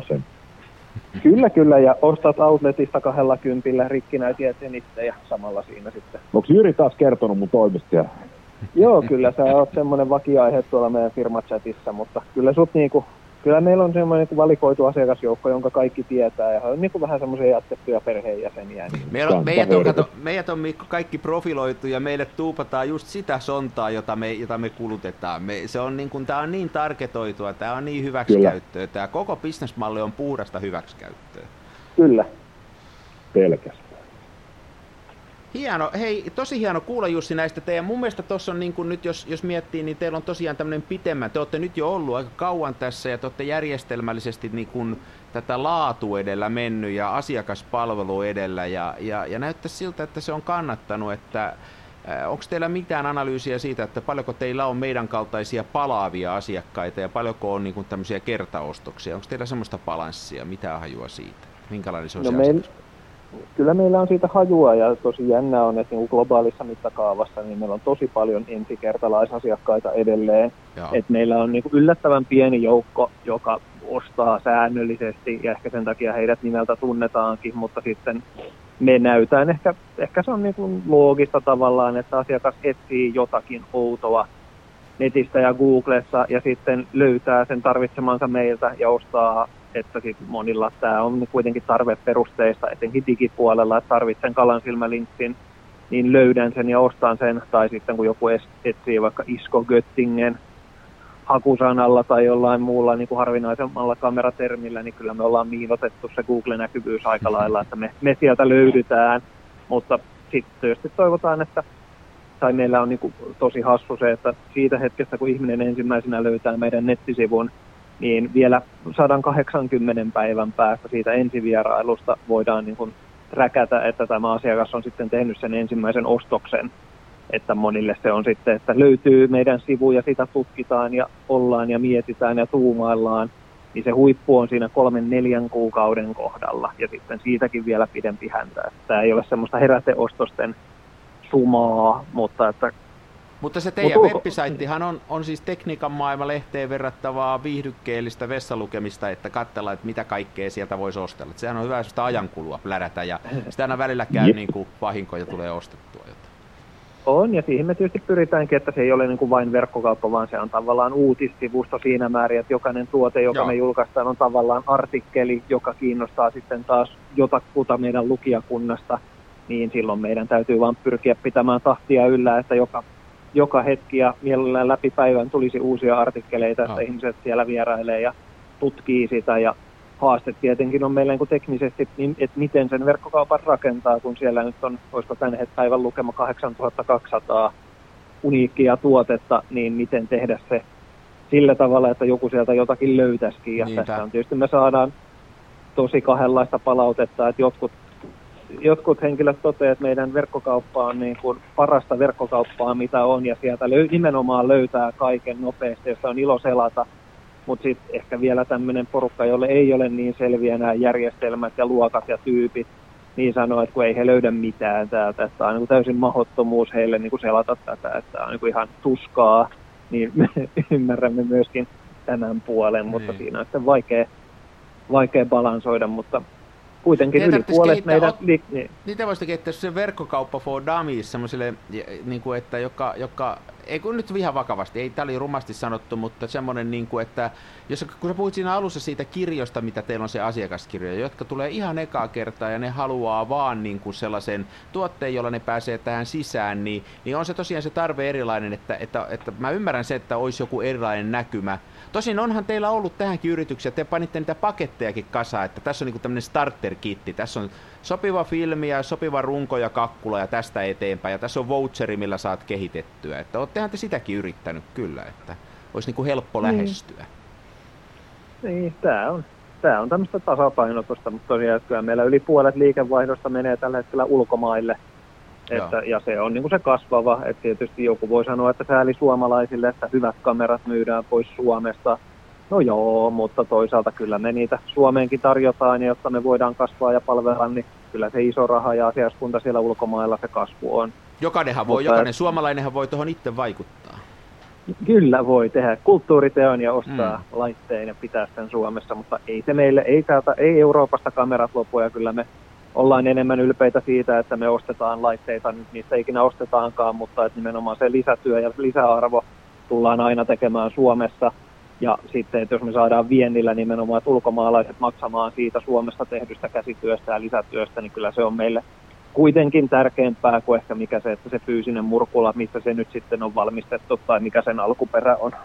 Kyllä, ja ostat outletista 20 rikkinäisiä tenistejä samalla siinä sitten. Onko Jyri taas kertonut mun toimista? Joo, kyllä sä oot semmoinen vakia-aihe tuolla meidän firmachatissa, mutta kyllä meillä on semmoinen valikoitu asiakasjoukko, jonka kaikki tietää, ja on vähän semmoisia jatkettuja perheenjäseniä. Niin. Meidät on Mikko kaikki profiloitu, ja meille tuupataan just sitä sontaa, jota me kulutetaan. Tämä on niin targetoitua, tämä on niin hyväksikäyttöä, tämä koko bisnesmalli on puhdasta hyväksikäyttöä. Kyllä. Pelkästään. Hieno. Hei, tosi hieno kuulla Jussi näistä teidän. Mun mielestä tuossa on niin kuin nyt, jos miettii, niin teillä on tosiaan tämmöinen pitemmän. Te olette nyt jo ollut aika kauan tässä ja te olette järjestelmällisesti niin kuin tätä laatu edellä mennyt ja asiakaspalvelu edellä ja näyttäisi siltä, että se on kannattanut. Että, onko teillä mitään analyysiä siitä, että paljonko teillä on meidän kaltaisia palaavia asiakkaita ja paljonko on niin kuin tämmöisiä kertaostoksia? Onko teillä semmoista balanssia? Mitä hajua siitä? Minkälainen se on se asiakas? Kyllä meillä on siitä hajua ja tosi jännä on, että niin globaalissa mittakaavassa niin meillä on tosi paljon ensikertalaisasiakkaita edelleen. Et meillä on niin yllättävän pieni joukko, joka ostaa säännöllisesti ja ehkä sen takia heidät nimeltä tunnetaankin, mutta sitten me näytään ehkä se on niin loogista tavallaan, että asiakas etsii jotakin outoa netistä ja Googlessa ja sitten löytää sen tarvitsemansa meiltä ja ostaa. Että sitten monilla tämä on kuitenkin tarveperusteista, etenkin digipuolella, että tarvitsen kalansilmälinssin, niin löydän sen ja ostan sen. Tai sitten kun joku etsii vaikka Isko Göttingen hakusanalla tai jollain muulla niin kuin harvinaisemmalla kameratermillä, niin kyllä me ollaan miinotettu se Google-näkyvyys aika lailla, että me sieltä löydytään. Mutta sitten tietysti toivotaan, että tai meillä on niin kuin tosi hassu se, että siitä hetkestä, kun ihminen ensimmäisenä löytää meidän nettisivun, niin vielä 180 päivän päästä siitä ensivierailusta voidaan niin kuin räkätä, että tämä asiakas on sitten tehnyt sen ensimmäisen ostoksen. Että monille se on sitten, että löytyy meidän sivu ja sitä tutkitaan ja ollaan ja mietitään ja tuumaillaan, niin se huippu on siinä 3-4 kuukauden kohdalla ja sitten siitäkin vielä pidempi häntä. Tämä ei ole semmoista heräteostosten sumaa, Mutta se teidän web-saittihan on siis Tekniikan maailma-lehteen verrattavaa viihdykkeellistä vessalukemista, että katsellaan, että mitä kaikkea sieltä voisi ostella. Sehän on hyvä sitä ajankulua plärätä ja sitä aina välillä käy niin kuin vahinkoja tulee ostettua jotain. On, ja siihen me tietysti pyritäänkin, että se ei ole niin kuin vain verkkokauppa, vaan se on tavallaan uutissivusto siinä määrin, että jokainen tuote, joka me julkaistaan, on tavallaan artikkeli, joka kiinnostaa sitten taas jotakuta meidän lukijakunnasta, niin silloin meidän täytyy vaan pyrkiä pitämään tahtia yllä, että joka hetki ja mielellään läpi päivän tulisi uusia artikkeleita, että ihmiset siellä vierailee ja tutkii sitä. Ja haaste tietenkin on meillä niin teknisesti, että miten sen verkkokaupan rakentaa, kun siellä nyt on, olisiko tämän päivän lukema 8200 uniikkia tuotetta, niin miten tehdä se sillä tavalla, että joku sieltä jotakin löytäisikin. Ja Niinpä. tässä on tietysti me saadaan tosi kahdenlaista palautetta, että jotkut henkilöt toteavat, että meidän verkkokauppa on niin kuin parasta verkkokauppaa, mitä on, ja sieltä nimenomaan löytää kaiken nopeasti, josta on ilo selata. Mutta sitten ehkä vielä tämmöinen porukka, jolle ei ole niin selviä nämä järjestelmät ja luokat ja tyypit, niin sanoo, että kun ei he löydä mitään täältä, että on niin täysin mahdottomuus heille niin kuin selata tätä, että on niin ihan tuskaa, niin me ymmärrämme myöskin tämän puolen, mutta siinä on sitten vaikea balansoida, mutta kuitenkin yli puolet meidän... Niitä voisi kehittää se verkkokauppa for dummies semmoisille, niin kuin, että joka ei kun nyt ihan vakavasti, ei tämä oli rumasti sanottu, mutta semmoinen, niin kuin, että kun sä puhuit siinä alussa siitä kirjosta, mitä teillä on se asiakaskirjoja, jotka tulee ihan ekaa kertaa ja ne haluaa vaan niin kuin sellaisen tuotteen, jolla ne pääsee tähän sisään, niin on se tosiaan se tarve erilainen, että mä ymmärrän se, että olisi joku erilainen näkymä. Tosin onhan teillä ollut tähänkin yrityksiä, te panitte niitä pakettejakin kasaan, että tässä on niin kuin tämmöinen starter-kitti, tässä on sopiva filmi ja sopiva runko ja kakkula ja tästä eteenpäin, ja tässä on voucheri, millä saat kehitettyä. Että oottehan te sitäkin yrittänyt kyllä, että olisi niin kuin helppo lähestyä. Niin, tämä on tämmöistä tasapainotusta, mutta tosiaan kyllä meillä yli puolet liikevaihdosta menee tällä hetkellä ulkomaille. Ja se on niin kuin se kasvava, että tietysti joku voi sanoa, että sääli suomalaisille, että hyvät kamerat myydään pois Suomesta. No joo, mutta toisaalta kyllä me niitä Suomeenkin tarjotaan, ja jotta me voidaan kasvaa ja palvella, niin kyllä se iso raha ja asiakaskunta siellä ulkomailla se kasvu on. Jokainen suomalainenhan voi tuohon itse vaikuttaa. Kyllä voi tehdä kulttuuriteon ja ostaa laitteen ja pitää sen Suomessa, mutta ei se meille, ei Euroopasta kamerat lopu, ja kyllä me ollaan enemmän ylpeitä siitä, että me ostetaan laitteita, nyt niistä ikinä ostetaankaan, mutta että nimenomaan se lisätyö ja lisäarvo tullaan aina tekemään Suomessa. Ja sitten, että jos me saadaan viennillä nimenomaan, että ulkomaalaiset maksamaan siitä Suomessa tehdystä käsityöstä ja lisätyöstä, niin kyllä se on meille kuitenkin tärkeämpää kuin ehkä mikä se, että se fyysinen murkula, missä se nyt sitten on valmistettu tai mikä sen alkuperä on.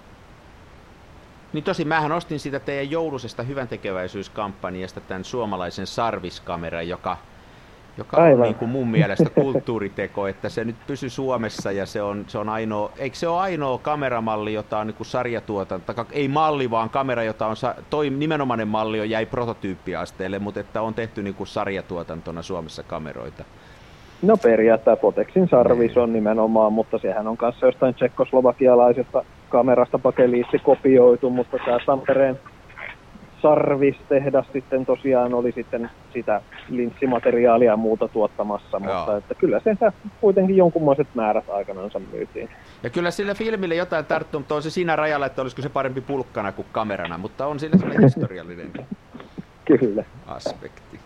Niin tosin mähän ostin siitä teidän joulusesta hyväntekeväisyyskampanjasta tämän suomalaisen sarviskameran, joka on niin kuin mun mielestä kulttuuriteko, että se nyt pysyy Suomessa ja se on ainoa, eikö se ole ainoa kameramalli, jota on niin kuin sarjatuotanto, ei malli, vaan kamera, jota on, nimenomainen malli jäi prototyyppiasteelle, mutta että on tehty niin kuin sarjatuotantona Suomessa kameroita. No periaatteessa Potexin sarvis on nimenomaan, mutta sehän on kanssa jostain tsekkoslovakialaisesta kamerasta pakeliisti kopioitu, mutta tämä Tampereen sarvistehdas sitten tosiaan oli sitten sitä linssimateriaalia ja muuta tuottamassa, mutta että kyllä se kuitenkin jonkunmoiset määrät aikanaan myytiin. Ja kyllä sillä filmille jotain tarttuu, mutta on se siinä rajalla, että olisiko se parempi pulkkana kuin kamerana, mutta on sillä sellainen historiallinen kyllä aspekti.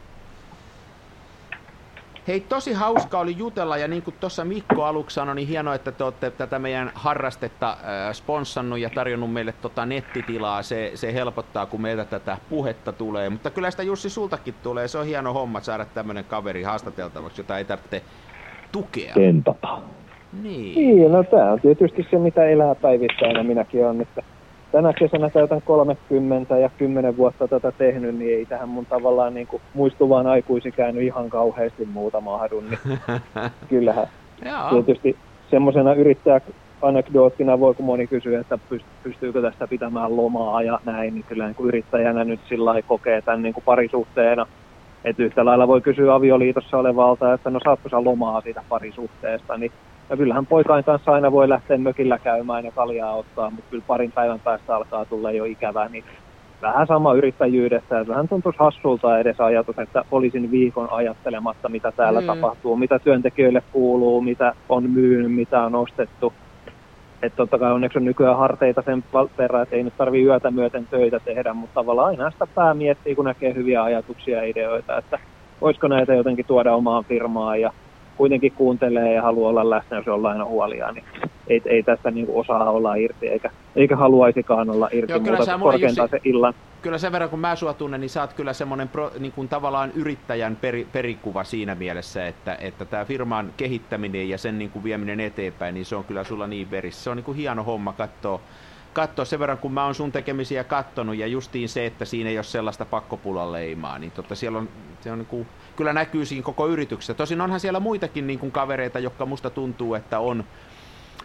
Hei, tosi hauska oli jutella, ja niin kuin tuossa Mikko aluksi sanoi, niin hienoa, että te olette tätä meidän harrastetta sponssannut ja tarjonnut meille nettitilaa. Se helpottaa, kun meiltä tätä puhetta tulee. Mutta kyllä sitä Jussi sultakin tulee. Se on hieno homma saada tämmöinen kaveri haastateltavaksi, jota ei tarvitse tukea. Tentata. Niin, no tämä on tietysti se, mitä elää päivittäin, ja minäkin olen, että tänä kesänä täytän 30 ja 10 vuotta tätä tehnyt, niin ei tähän mun tavallaan niin kuin muistuvaan aikuisikään ihan kauheasti muuta mahdu. Niin kyllähän tietysti semmoisena yrittäjä-anekdoottina voi, kun moni kysyy, että pystyykö tästä pitämään lomaa ja näin, niin kyllä niin kuin yrittäjänä nyt sillä lailla kokee tämän niin kuin parisuhteena. Että yhtä lailla voi kysyä avioliitossa olevalta, että no saatko sä lomaa siitä parisuhteesta, niin ja kyllähän poikain kanssa aina voi lähteä mökillä käymään ja kaljaa ottaa, mutta kyllä parin päivän päästä alkaa tulla jo ikävää, niin vähän sama yrittäjyydessä. Vähän tuntuisi hassulta edes ajatus, että olisin viikon ajattelematta, mitä täällä tapahtuu, mitä työntekijöille kuuluu, mitä on myynyt, mitä on ostettu. Että totta kai onneksi on nykyään harteita sen verran, että ei nyt tarvitse yötä myöten töitä tehdä, mutta tavallaan aina sitä pää miettii, kun näkee hyviä ajatuksia ja ideoita, että voisiko näitä jotenkin tuoda omaan firmaan ja kuitenkin kuuntelee ja haluaa olla läsnä, jos jollain on huolia, niin ei tästä niin kuin osaa olla irti, eikä haluaisikaan olla irti. Joo, muuta korkeintaan se illan. Kyllä sen verran, kun mä sua tunnen, niin sä oot kyllä semmoinen niin kuin tavallaan yrittäjän perikuva siinä mielessä, että tämä firman kehittäminen ja sen niin kuin vieminen eteenpäin, niin se on kyllä sulla niin verissä. Se on niin kuin hieno homma katsoa sen verran, kun mä oon sun tekemisiä kattonut, ja justiin se, että siinä ei ole sellaista pakkopulanleimaa, niin siellä on, se on niin kuin, kyllä näkyy siinä koko yrityksessä. Tosin onhan siellä muitakin niin kuin kavereita, jotka musta tuntuu, että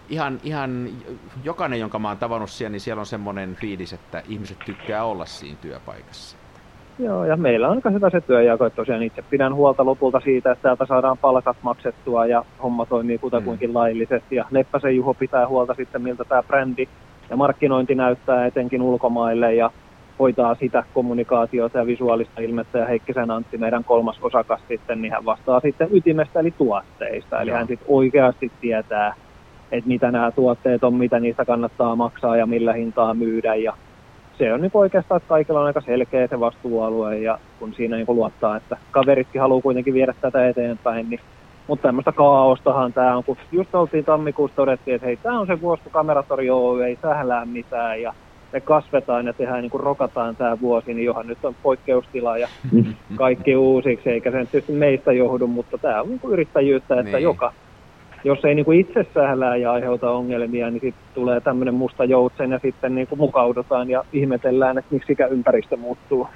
ihan jokainen, jonka mä oon tavannut siellä, niin siellä on semmoinen fiilis, että ihmiset tykkää olla siinä työpaikassa. Joo, ja meillä on aika hyvä se työnjako, että tosiaan itse pidän huolta lopulta siitä, että täältä saadaan palkat maksettua ja homma toimii kutakuinkin laillisesti. Ja Leppäsen Juho pitää huolta sitten, miltä tämä brändi ja markkinointi näyttää etenkin ulkomaille ja hoitaa sitä kommunikaatiota ja visuaalista ilmettä. Ja Heikkisen Antti, meidän 3. osakas sitten, niin hän vastaa sitten ytimestä eli tuotteista. Eli hän sitten oikeasti tietää, että mitä nämä tuotteet on, mitä niistä kannattaa maksaa ja millä hintaa myydä. Ja se on niin oikeastaan, että kaikilla on aika selkeä se vastuualue, ja kun siinä niin luottaa, että kaveritkin haluaa kuitenkin viedä tätä eteenpäin, niin, mutta tämmöistä kaaostahan tämä on, kun just oltiin tammikuussa todettiin, että hei, tämä on se vuosi, kun Kameratori Oy ei sählää mitään, ja me kasvetaan ja tehdään niin kuin rokataan tämä vuosi, niin johan nyt on poikkeustila ja kaikki uusiksi, eikä se tietysti meistä johdu, mutta tämä on niin kuin yrittäjyyttä, että jos ei niin kuin itse sählää ja aiheuta ongelmia, niin sitten tulee tämmöinen musta joutsen ja sitten niin kuin mukaudutaan ja ihmetellään, että miksikä ympäristö muuttuu.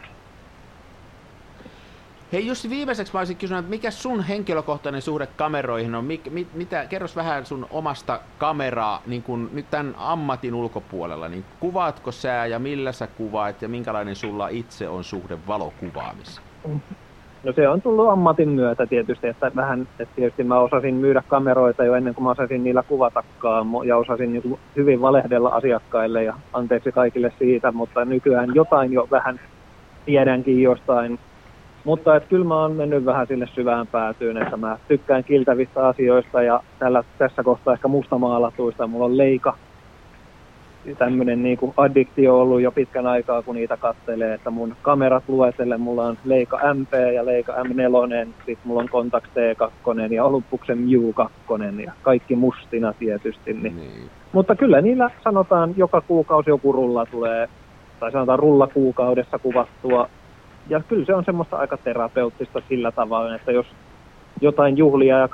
Hei Jussi, viimeiseksi mä olisin kysynyt, että mikä sun henkilökohtainen suhde kameroihin on? Kerros vähän sun omasta kameraa niin kun nyt tämän ammatin ulkopuolella, niin kuvaatko sä ja millä sä kuvaat ja minkälainen sulla itse on suhde valokuvaamiseen? No se on tullut ammatin myötä tietysti, että tietysti mä osasin myydä kameroita jo ennen kuin mä osasin niillä kuvatakaan ja osasin niin kuin hyvin valehdella asiakkaille ja anteeksi kaikille siitä, mutta nykyään jotain jo vähän tiedänkin jostain. Mutta että kyllä mä oon mennyt vähän sille syvään päätyyn, että mä tykkään kiltävistä asioista ja tässä kohtaa ehkä mustamaalatuista. Mulla on Leica, tämmöinen niinku addiktio ollut jo pitkän aikaa, kun niitä katselee, että mun kamerat luetelle, mulla on Leica MP ja Leica M4, sitten mulla on Contax T2 ja Olympuksen Miu 2 ja kaikki mustina tietysti. Niin. Mutta kyllä niillä sanotaan joka kuukausi joku rulla tulee, tai sanotaan rulla kuukaudessa kuvattua. Ja kyllä se on semmoista aika terapeuttista sillä tavalla, että jos jotain juhlia ja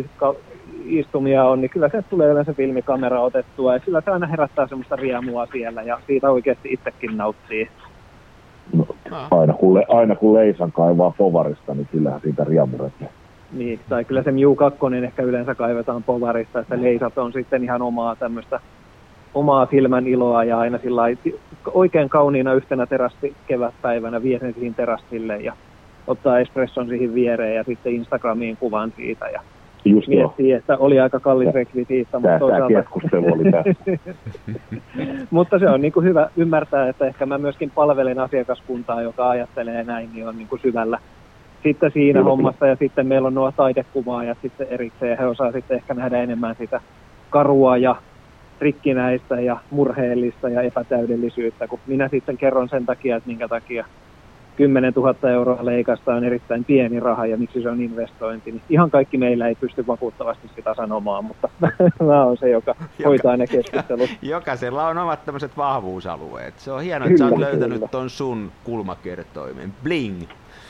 istumia on, niin kyllä se tulee yleensä filmikamera otettua ja kyllä se aina herättää semmoista riemua siellä ja siitä oikeasti itsekin nauttii. No, aina kun Leisan kaivaa povarista, niin kyllähän siitä riemuretkee. Niin, tai kyllä se Miu 2 ehkä yleensä kaivetaan povarista, että Leisat on sitten ihan omaa silmän iloa ja aina sillä oikein kauniina yhtenä kevätpäivänä vie sen siihen terassille ja ottaa espresson siihen viereen ja sitten Instagramiin kuvan siitä ja just miettii, että oli aika kallis rekvisiitta. Tämä keskustelu oli tässä. Mutta se on niin kuin hyvä ymmärtää, että ehkä mä myöskin palvelen asiakaskuntaa, joka ajattelee näin, niin on niin kuin syvällä sitten siinä hommassa ja sitten meillä on nuo taidekuvaajat sitten erikseen ja he osaa sitten ehkä nähdä enemmän sitä karua ja rikkinäistä ja murheellista ja epätäydellisyyttä, kun minä sitten kerron sen takia, että minkä takia 10 000 euroa Leicasta on erittäin pieni raha ja miksi se on investointi. Niin ihan kaikki meillä ei pysty vakuuttavasti sitä sanomaan, mutta mä oon se, joka hoitaa ne keskustelut. Jokaisella on omat tämmöiset vahvuusalueet. Se on hienoa, että sä oot löytänyt ton sun kulmakertoimen. Bling!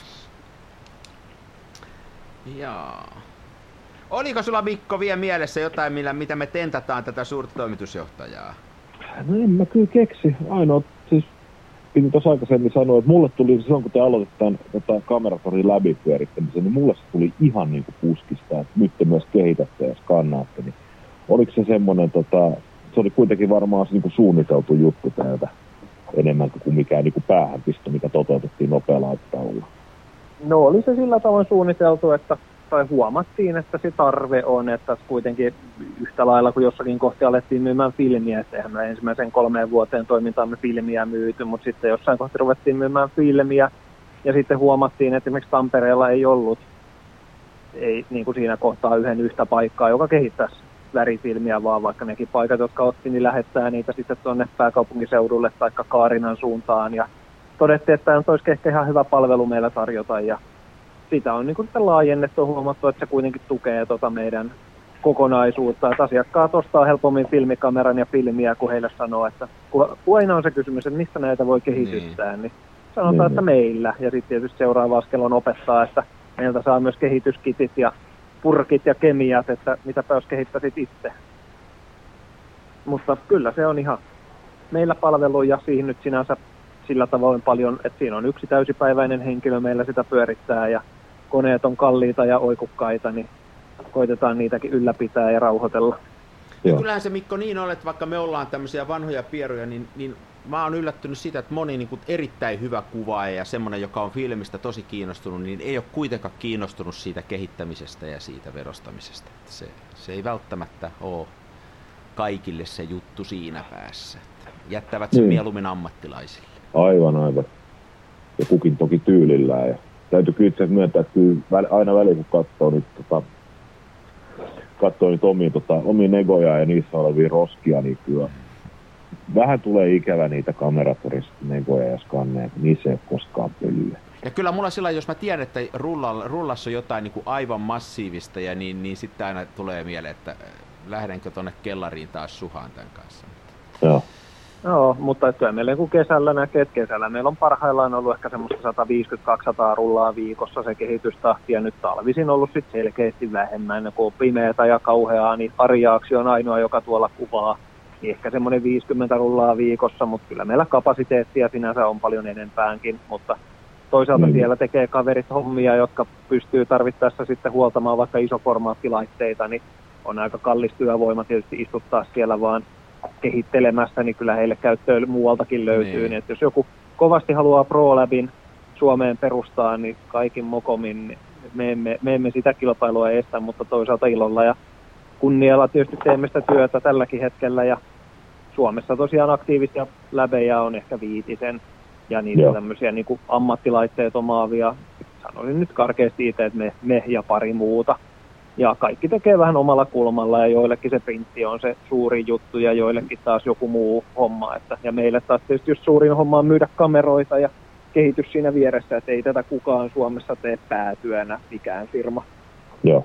Jaa. Oliko sulla, Mikko, vielä mielessä jotain, mitä me tentataan tätä suurta toimitusjohtajaa? No en mä kyllä keksi. Ainoa, siis piti tuossa aikaisemmin sanoa, että mulle tuli silloin, kun te aloitettaan Kameratorin läpipyörittämisen, niin mulle se tuli ihan niin kuin puskista, että nyt te myös kehitätte ja skannaatte. Niin oliko se semmoinen, se oli kuitenkin varmaan se niin kuin suunniteltu juttu täältä enemmän kuin mikään niin kuin päähänpisto, mikä toteutettiin nopealla aikataululla? No oli se sillä tavoin suunniteltu, että huomattiin, että se tarve on, että kuitenkin yhtä lailla kuin jossakin kohti alettiin myymään filmiä, että eihän me ensimmäisen 3 vuoteen toimintaamme filmiä myyty, mutta sitten jossain kohti ruvettiin myymään filmiä ja sitten huomattiin, että esimerkiksi Tampereella ei ollut niin kuin siinä kohtaa yhtä paikkaa, joka kehittäisi värifilmiä, vaan vaikka nekin paikat, jotka otti, niin lähettää niitä sitten tuonne pääkaupunkiseudulle tai Kaarinan suuntaan ja todettiin, että tämä olisi ehkä ihan hyvä palvelu meillä tarjota ja sitä on niin kuin laajennettu, huomattu, että se kuitenkin tukee meidän kokonaisuutta. Että asiakkaat ostaa helpommin filmikameran ja filmiä, kun heille sanoo, että kun aina on se kysymys, että mistä näitä voi kehityttää, niin sanotaan, että meillä. Ja sitten tietysti seuraava askel on opettaa, että meiltä saa myös kehityskitit ja purkit ja kemiat, että mitäpä jos kehittäisit itse. Mutta kyllä se on ihan meillä palvelu ja siihen nyt sinänsä sillä tavoin paljon, että siinä on yksi täysipäiväinen henkilö meillä sitä pyörittää ja koneet on kalliita ja oikukkaita, niin koitetaan niitäkin ylläpitää ja rauhoitella. Ja kyllähän se, Mikko, niin on, että vaikka me ollaan tämmöisiä vanhoja pieruja, niin mä oon yllättynyt siitä, että moni niin kuin erittäin hyvä kuvaaja ja semmoinen, joka on filmistä tosi kiinnostunut, niin ei ole kuitenkaan kiinnostunut siitä kehittämisestä ja siitä verostamisesta. Se ei välttämättä ole kaikille se juttu siinä päässä. Jättävät sen mieluummin ammattilaisille. Aivan. Ja kukin toki tyylillään. Ja täytyy kyllä itse myöntää, että kyllä aina väliin kun katsoo niitä omia negoja ja niissä olevia roskia, niin kyllä vähän tulee ikävä niitä kameratorista negoja ja skanneja, niissä ei ole koskaan pölyä. Ja kyllä mulla sillä, jos mä tiedän, että rullassa on jotain niin kuin aivan massiivista, ja niin sitten aina tulee mieleen, että lähdenkö tonne kellariin taas suhaan tämän kanssa. Joo. Joo, mutta kyllä meillä kun kesällä näkee, että kesällä meillä on parhaillaan ollut ehkä semmoista 150-200 rullaa viikossa se kehitystahti, ja nyt talvisin ollut sitten selkeästi vähemmän, kun on pimeätä ja kauheaa, niin Ariaaksi on ainoa, joka tuolla kuvaa. Ehkä semmoinen 50 rullaa viikossa, mutta kyllä meillä kapasiteettia sinänsä on paljon enempäänkin, mutta toisaalta siellä tekee kaverit hommia, jotka pystyy tarvittaessa sitten huoltamaan vaikka isoformaattilaitteita, niin on aika kallis työvoima tietysti istuttaa siellä vaan kehittelemässä, niin kyllä heille käyttöä muualtakin löytyy. Niin, että jos joku kovasti haluaa ProLabin Suomeen perustaa, niin kaikin mokomin niin me emme sitä kilpailua estä, mutta toisaalta ilolla ja kunnialla tietysti teemme sitä työtä tälläkin hetkellä, ja Suomessa tosiaan aktiivisia läbejä on ehkä 5, ja niitä tämmöisiä niin kuin ammattilaitteet omaavia, sanoisin nyt karkeasti itse, että me ja pari muuta. Ja kaikki tekee vähän omalla kulmalla, ja joillekin se printti on se suurin juttu, ja joillekin taas joku muu homma. Ja meille taas tietysti just suurin homma on myydä kameroita ja kehitys siinä vieressä, että ei tätä kukaan Suomessa tee päätyönä mikään firma. Joo.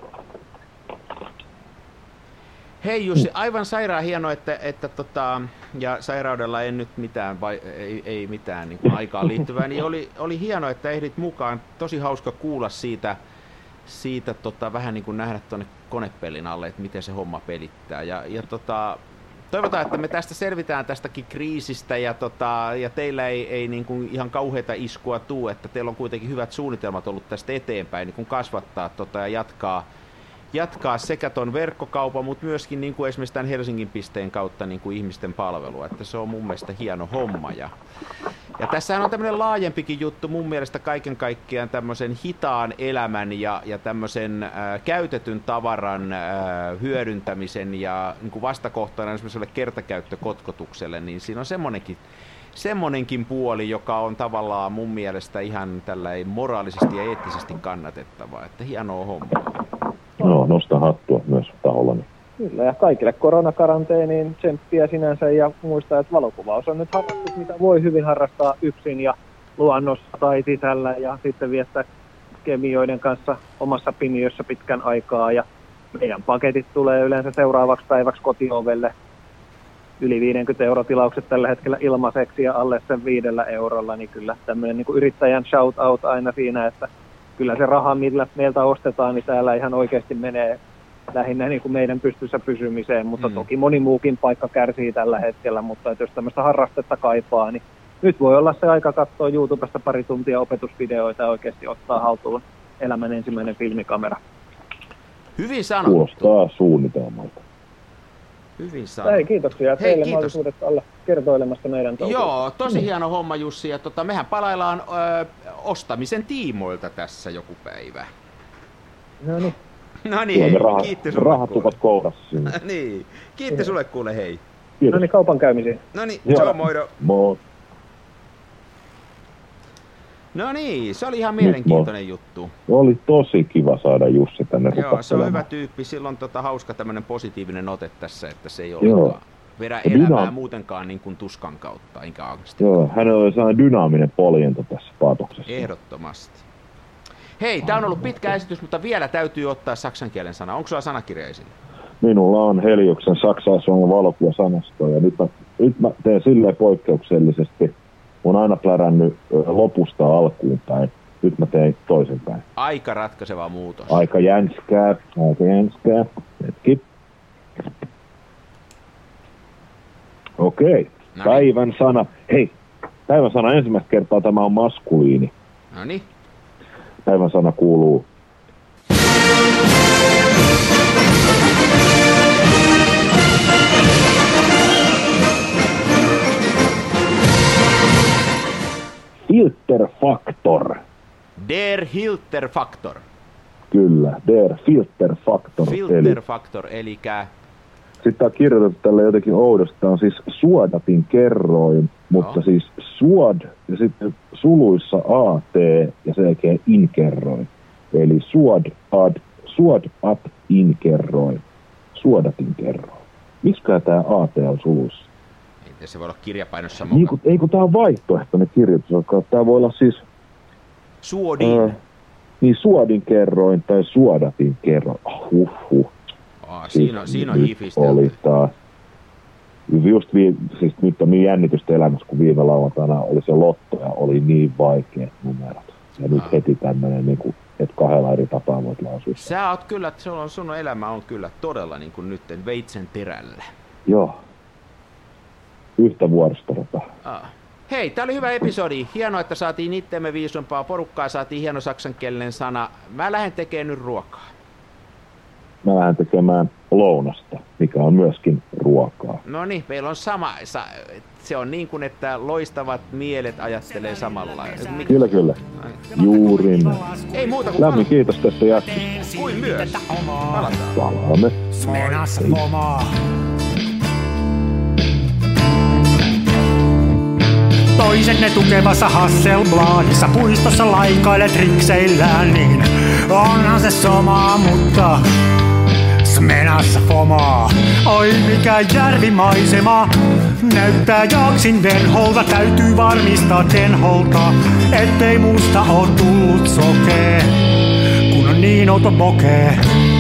Hei Jussi, aivan sairaan hienoa, että ja sairaudella ei nyt mitään, ei mitään niin kuin aikaan liittyvää, niin oli hienoa, että ehdit mukaan. Tosi hauska kuulla siitä vähän niin kuin nähdä tuonne konepellin alle, että miten se homma pelittää. Ja toivotaan, että me tästä selvitään tästäkin kriisistä, ja teillä ei niin kuin ihan kauheita iskua tuu, että teillä on kuitenkin hyvät suunnitelmat ollut tästä eteenpäin, niin kuin kasvattaa ja jatkaa sekä ton verkkokaupan, mutta myöskin niin kuin esimerkiksi tämän Helsingin pisteen kautta niin kuin ihmisten palvelua, että se on mun mielestä hieno homma. Ja tässähän on tämmöinen laajempikin juttu mun mielestä kaiken kaikkiaan tämmöisen hitaan elämän ja tämmöisen käytetyn tavaran hyödyntämisen ja niin kuin vastakohtana esimerkiksi kertakäyttökotkotukselle, niin siinä on semmonenkin puoli, joka on tavallaan mun mielestä ihan tällainen moraalisesti ja eettisesti kannatettavaa, että hienoa hommaa. No, nostan hattua myös tahollani. Kyllä, ja kaikille koronakaranteeniin tsemppiä sinänsä, ja muistaa, että valokuvaus on nyt harrastus, mitä voi hyvin harrastaa yksin ja luonnossa tai sisällä, ja sitten viettää kemioiden kanssa omassa piniössä pitkän aikaa, ja meidän paketit tulee yleensä seuraavaksi päiväksi kotiovelle. Yli 50 € tilaukset tällä hetkellä ilmaiseksi ja alle sen 5 €, niin kyllä tämmöinen niin kuin yrittäjän shout out aina siinä, että kyllä se raha, millä meiltä ostetaan, niin täällä ihan oikeasti menee lähinnä niin kuin meidän pystyssä pysymiseen, mutta toki moni muukin paikka kärsii tällä hetkellä, mutta että jos tämmöistä harrastetta kaipaa, niin nyt voi olla se aika katsoa YouTubesta pari tuntia opetusvideoita ja oikeasti ottaa haltuun elämän ensimmäinen filmikamera. Hyvin sanottu. Kuulostaa suunnitelmalta. Hyvin sanottu. Hei, kiitoksia teille mahdollisuudesta olla kertoilemasta meidän toukoa. Joo, tosi hieno homma Jussi, ja mehän palaillaan ostamisen tiimoilta tässä joku päivä. No niin, kiitti sulle. Rahat tuvat kourassa sinne. Niin, kiitti sulle kuule, hei. No niin, kaupan käymisiin. No niin, ciao moido. Moi. No niin, se oli ihan mielenkiintoinen juttu. Oli tosi kiva saada Jussi tänne rupattelemaan. Joo, se on hyvä tyyppi. Silloin hauska tämmöinen positiivinen ote tässä, että se ei ole vedä elämää muutenkaan niin kuin tuskan kautta, enkä angstia. Joo, hänellä oli sellainen dynaaminen poljento tässä paatoksessa. Ehdottomasti. Hei, tää on ollut pitkä esitys, mutta vielä täytyy ottaa saksan kielen sana. Onko sulla sanakirja esillä? Minulla on Helioksen saksalais-suomen valokuvasanasto, ja nyt mä teen silleen poikkeuksellisesti. Mun aina plärännyt lopusta alkuun päin. Nyt mä tein toisinpäin. Aika ratkaiseva muutos. Aika jänskää. Hetki. Okei. No Päivän sana. Hei, päivän sana ensimmäistä kertaa tämä on maskuliini. Noniin. Päivän sana kuuluu. Filterfaktor. Der Filterfaktor. Kyllä, Der Filterfaktor. Filterfaktor, elikä... Sitten tämä on kirjoitettu tälle jotenkin oudosti. Tämä on siis suodatin kerroin, mutta siis suod ja sitten suluissa AT ja sen jälkeen inkerroin. Eli suod at inkerroin. Suodatin kerroin. Miksikä tämä AT on suluissa? Ei se voi olla kirjapainossa mukana. Ei kun tämä on vaihtoehtoinen kirjoitus. Tämä voi olla siis... Suodin. Niin suodin kerroin tai suodatin kerroin. Siinä on hiifistelty. Oli taas. Siis nyt on niin jännitystä elämässä, kun viime lauantaina oli se lotto ja oli niin vaikeat numerot. Ja nyt heti tämmöinen, niin kuin, että 2 eri tapaa voit lausua. Sä oot kyllä, sun elämä on kyllä todella niin kuin nytten veitsen terällä. Joo. Yhtä vuoristosta. Hei, tää oli hyvä episodi. Hienoa, että saatiin itteemme viisompaa porukkaa, saatiin hieno saksankielinen sana. Mä lähden tekemään nyt ruokaa. Mä lähden tekemään lounasta, mikä on myöskin ruokaa. No niin, meillä on sama. Se on niin kuin, että loistavat mielet ajattelee samalla. Kyllä. Juuri näin. Ei muuta kuin lämmin kiitos tästä jaksosta. Kuin myös. Palaamme. Smenassa FOMOa. Toisenne tukevassa Hasselbladissa puistossa laikailet rikseillään, niin onhan se somaa, mutta Smenassa FOMOa. Oi mikä järvimaisema, näyttää jaksin venholta, täytyy varmistaa tenholta, ettei musta oo tullut sokee, kun on niin outo pokee.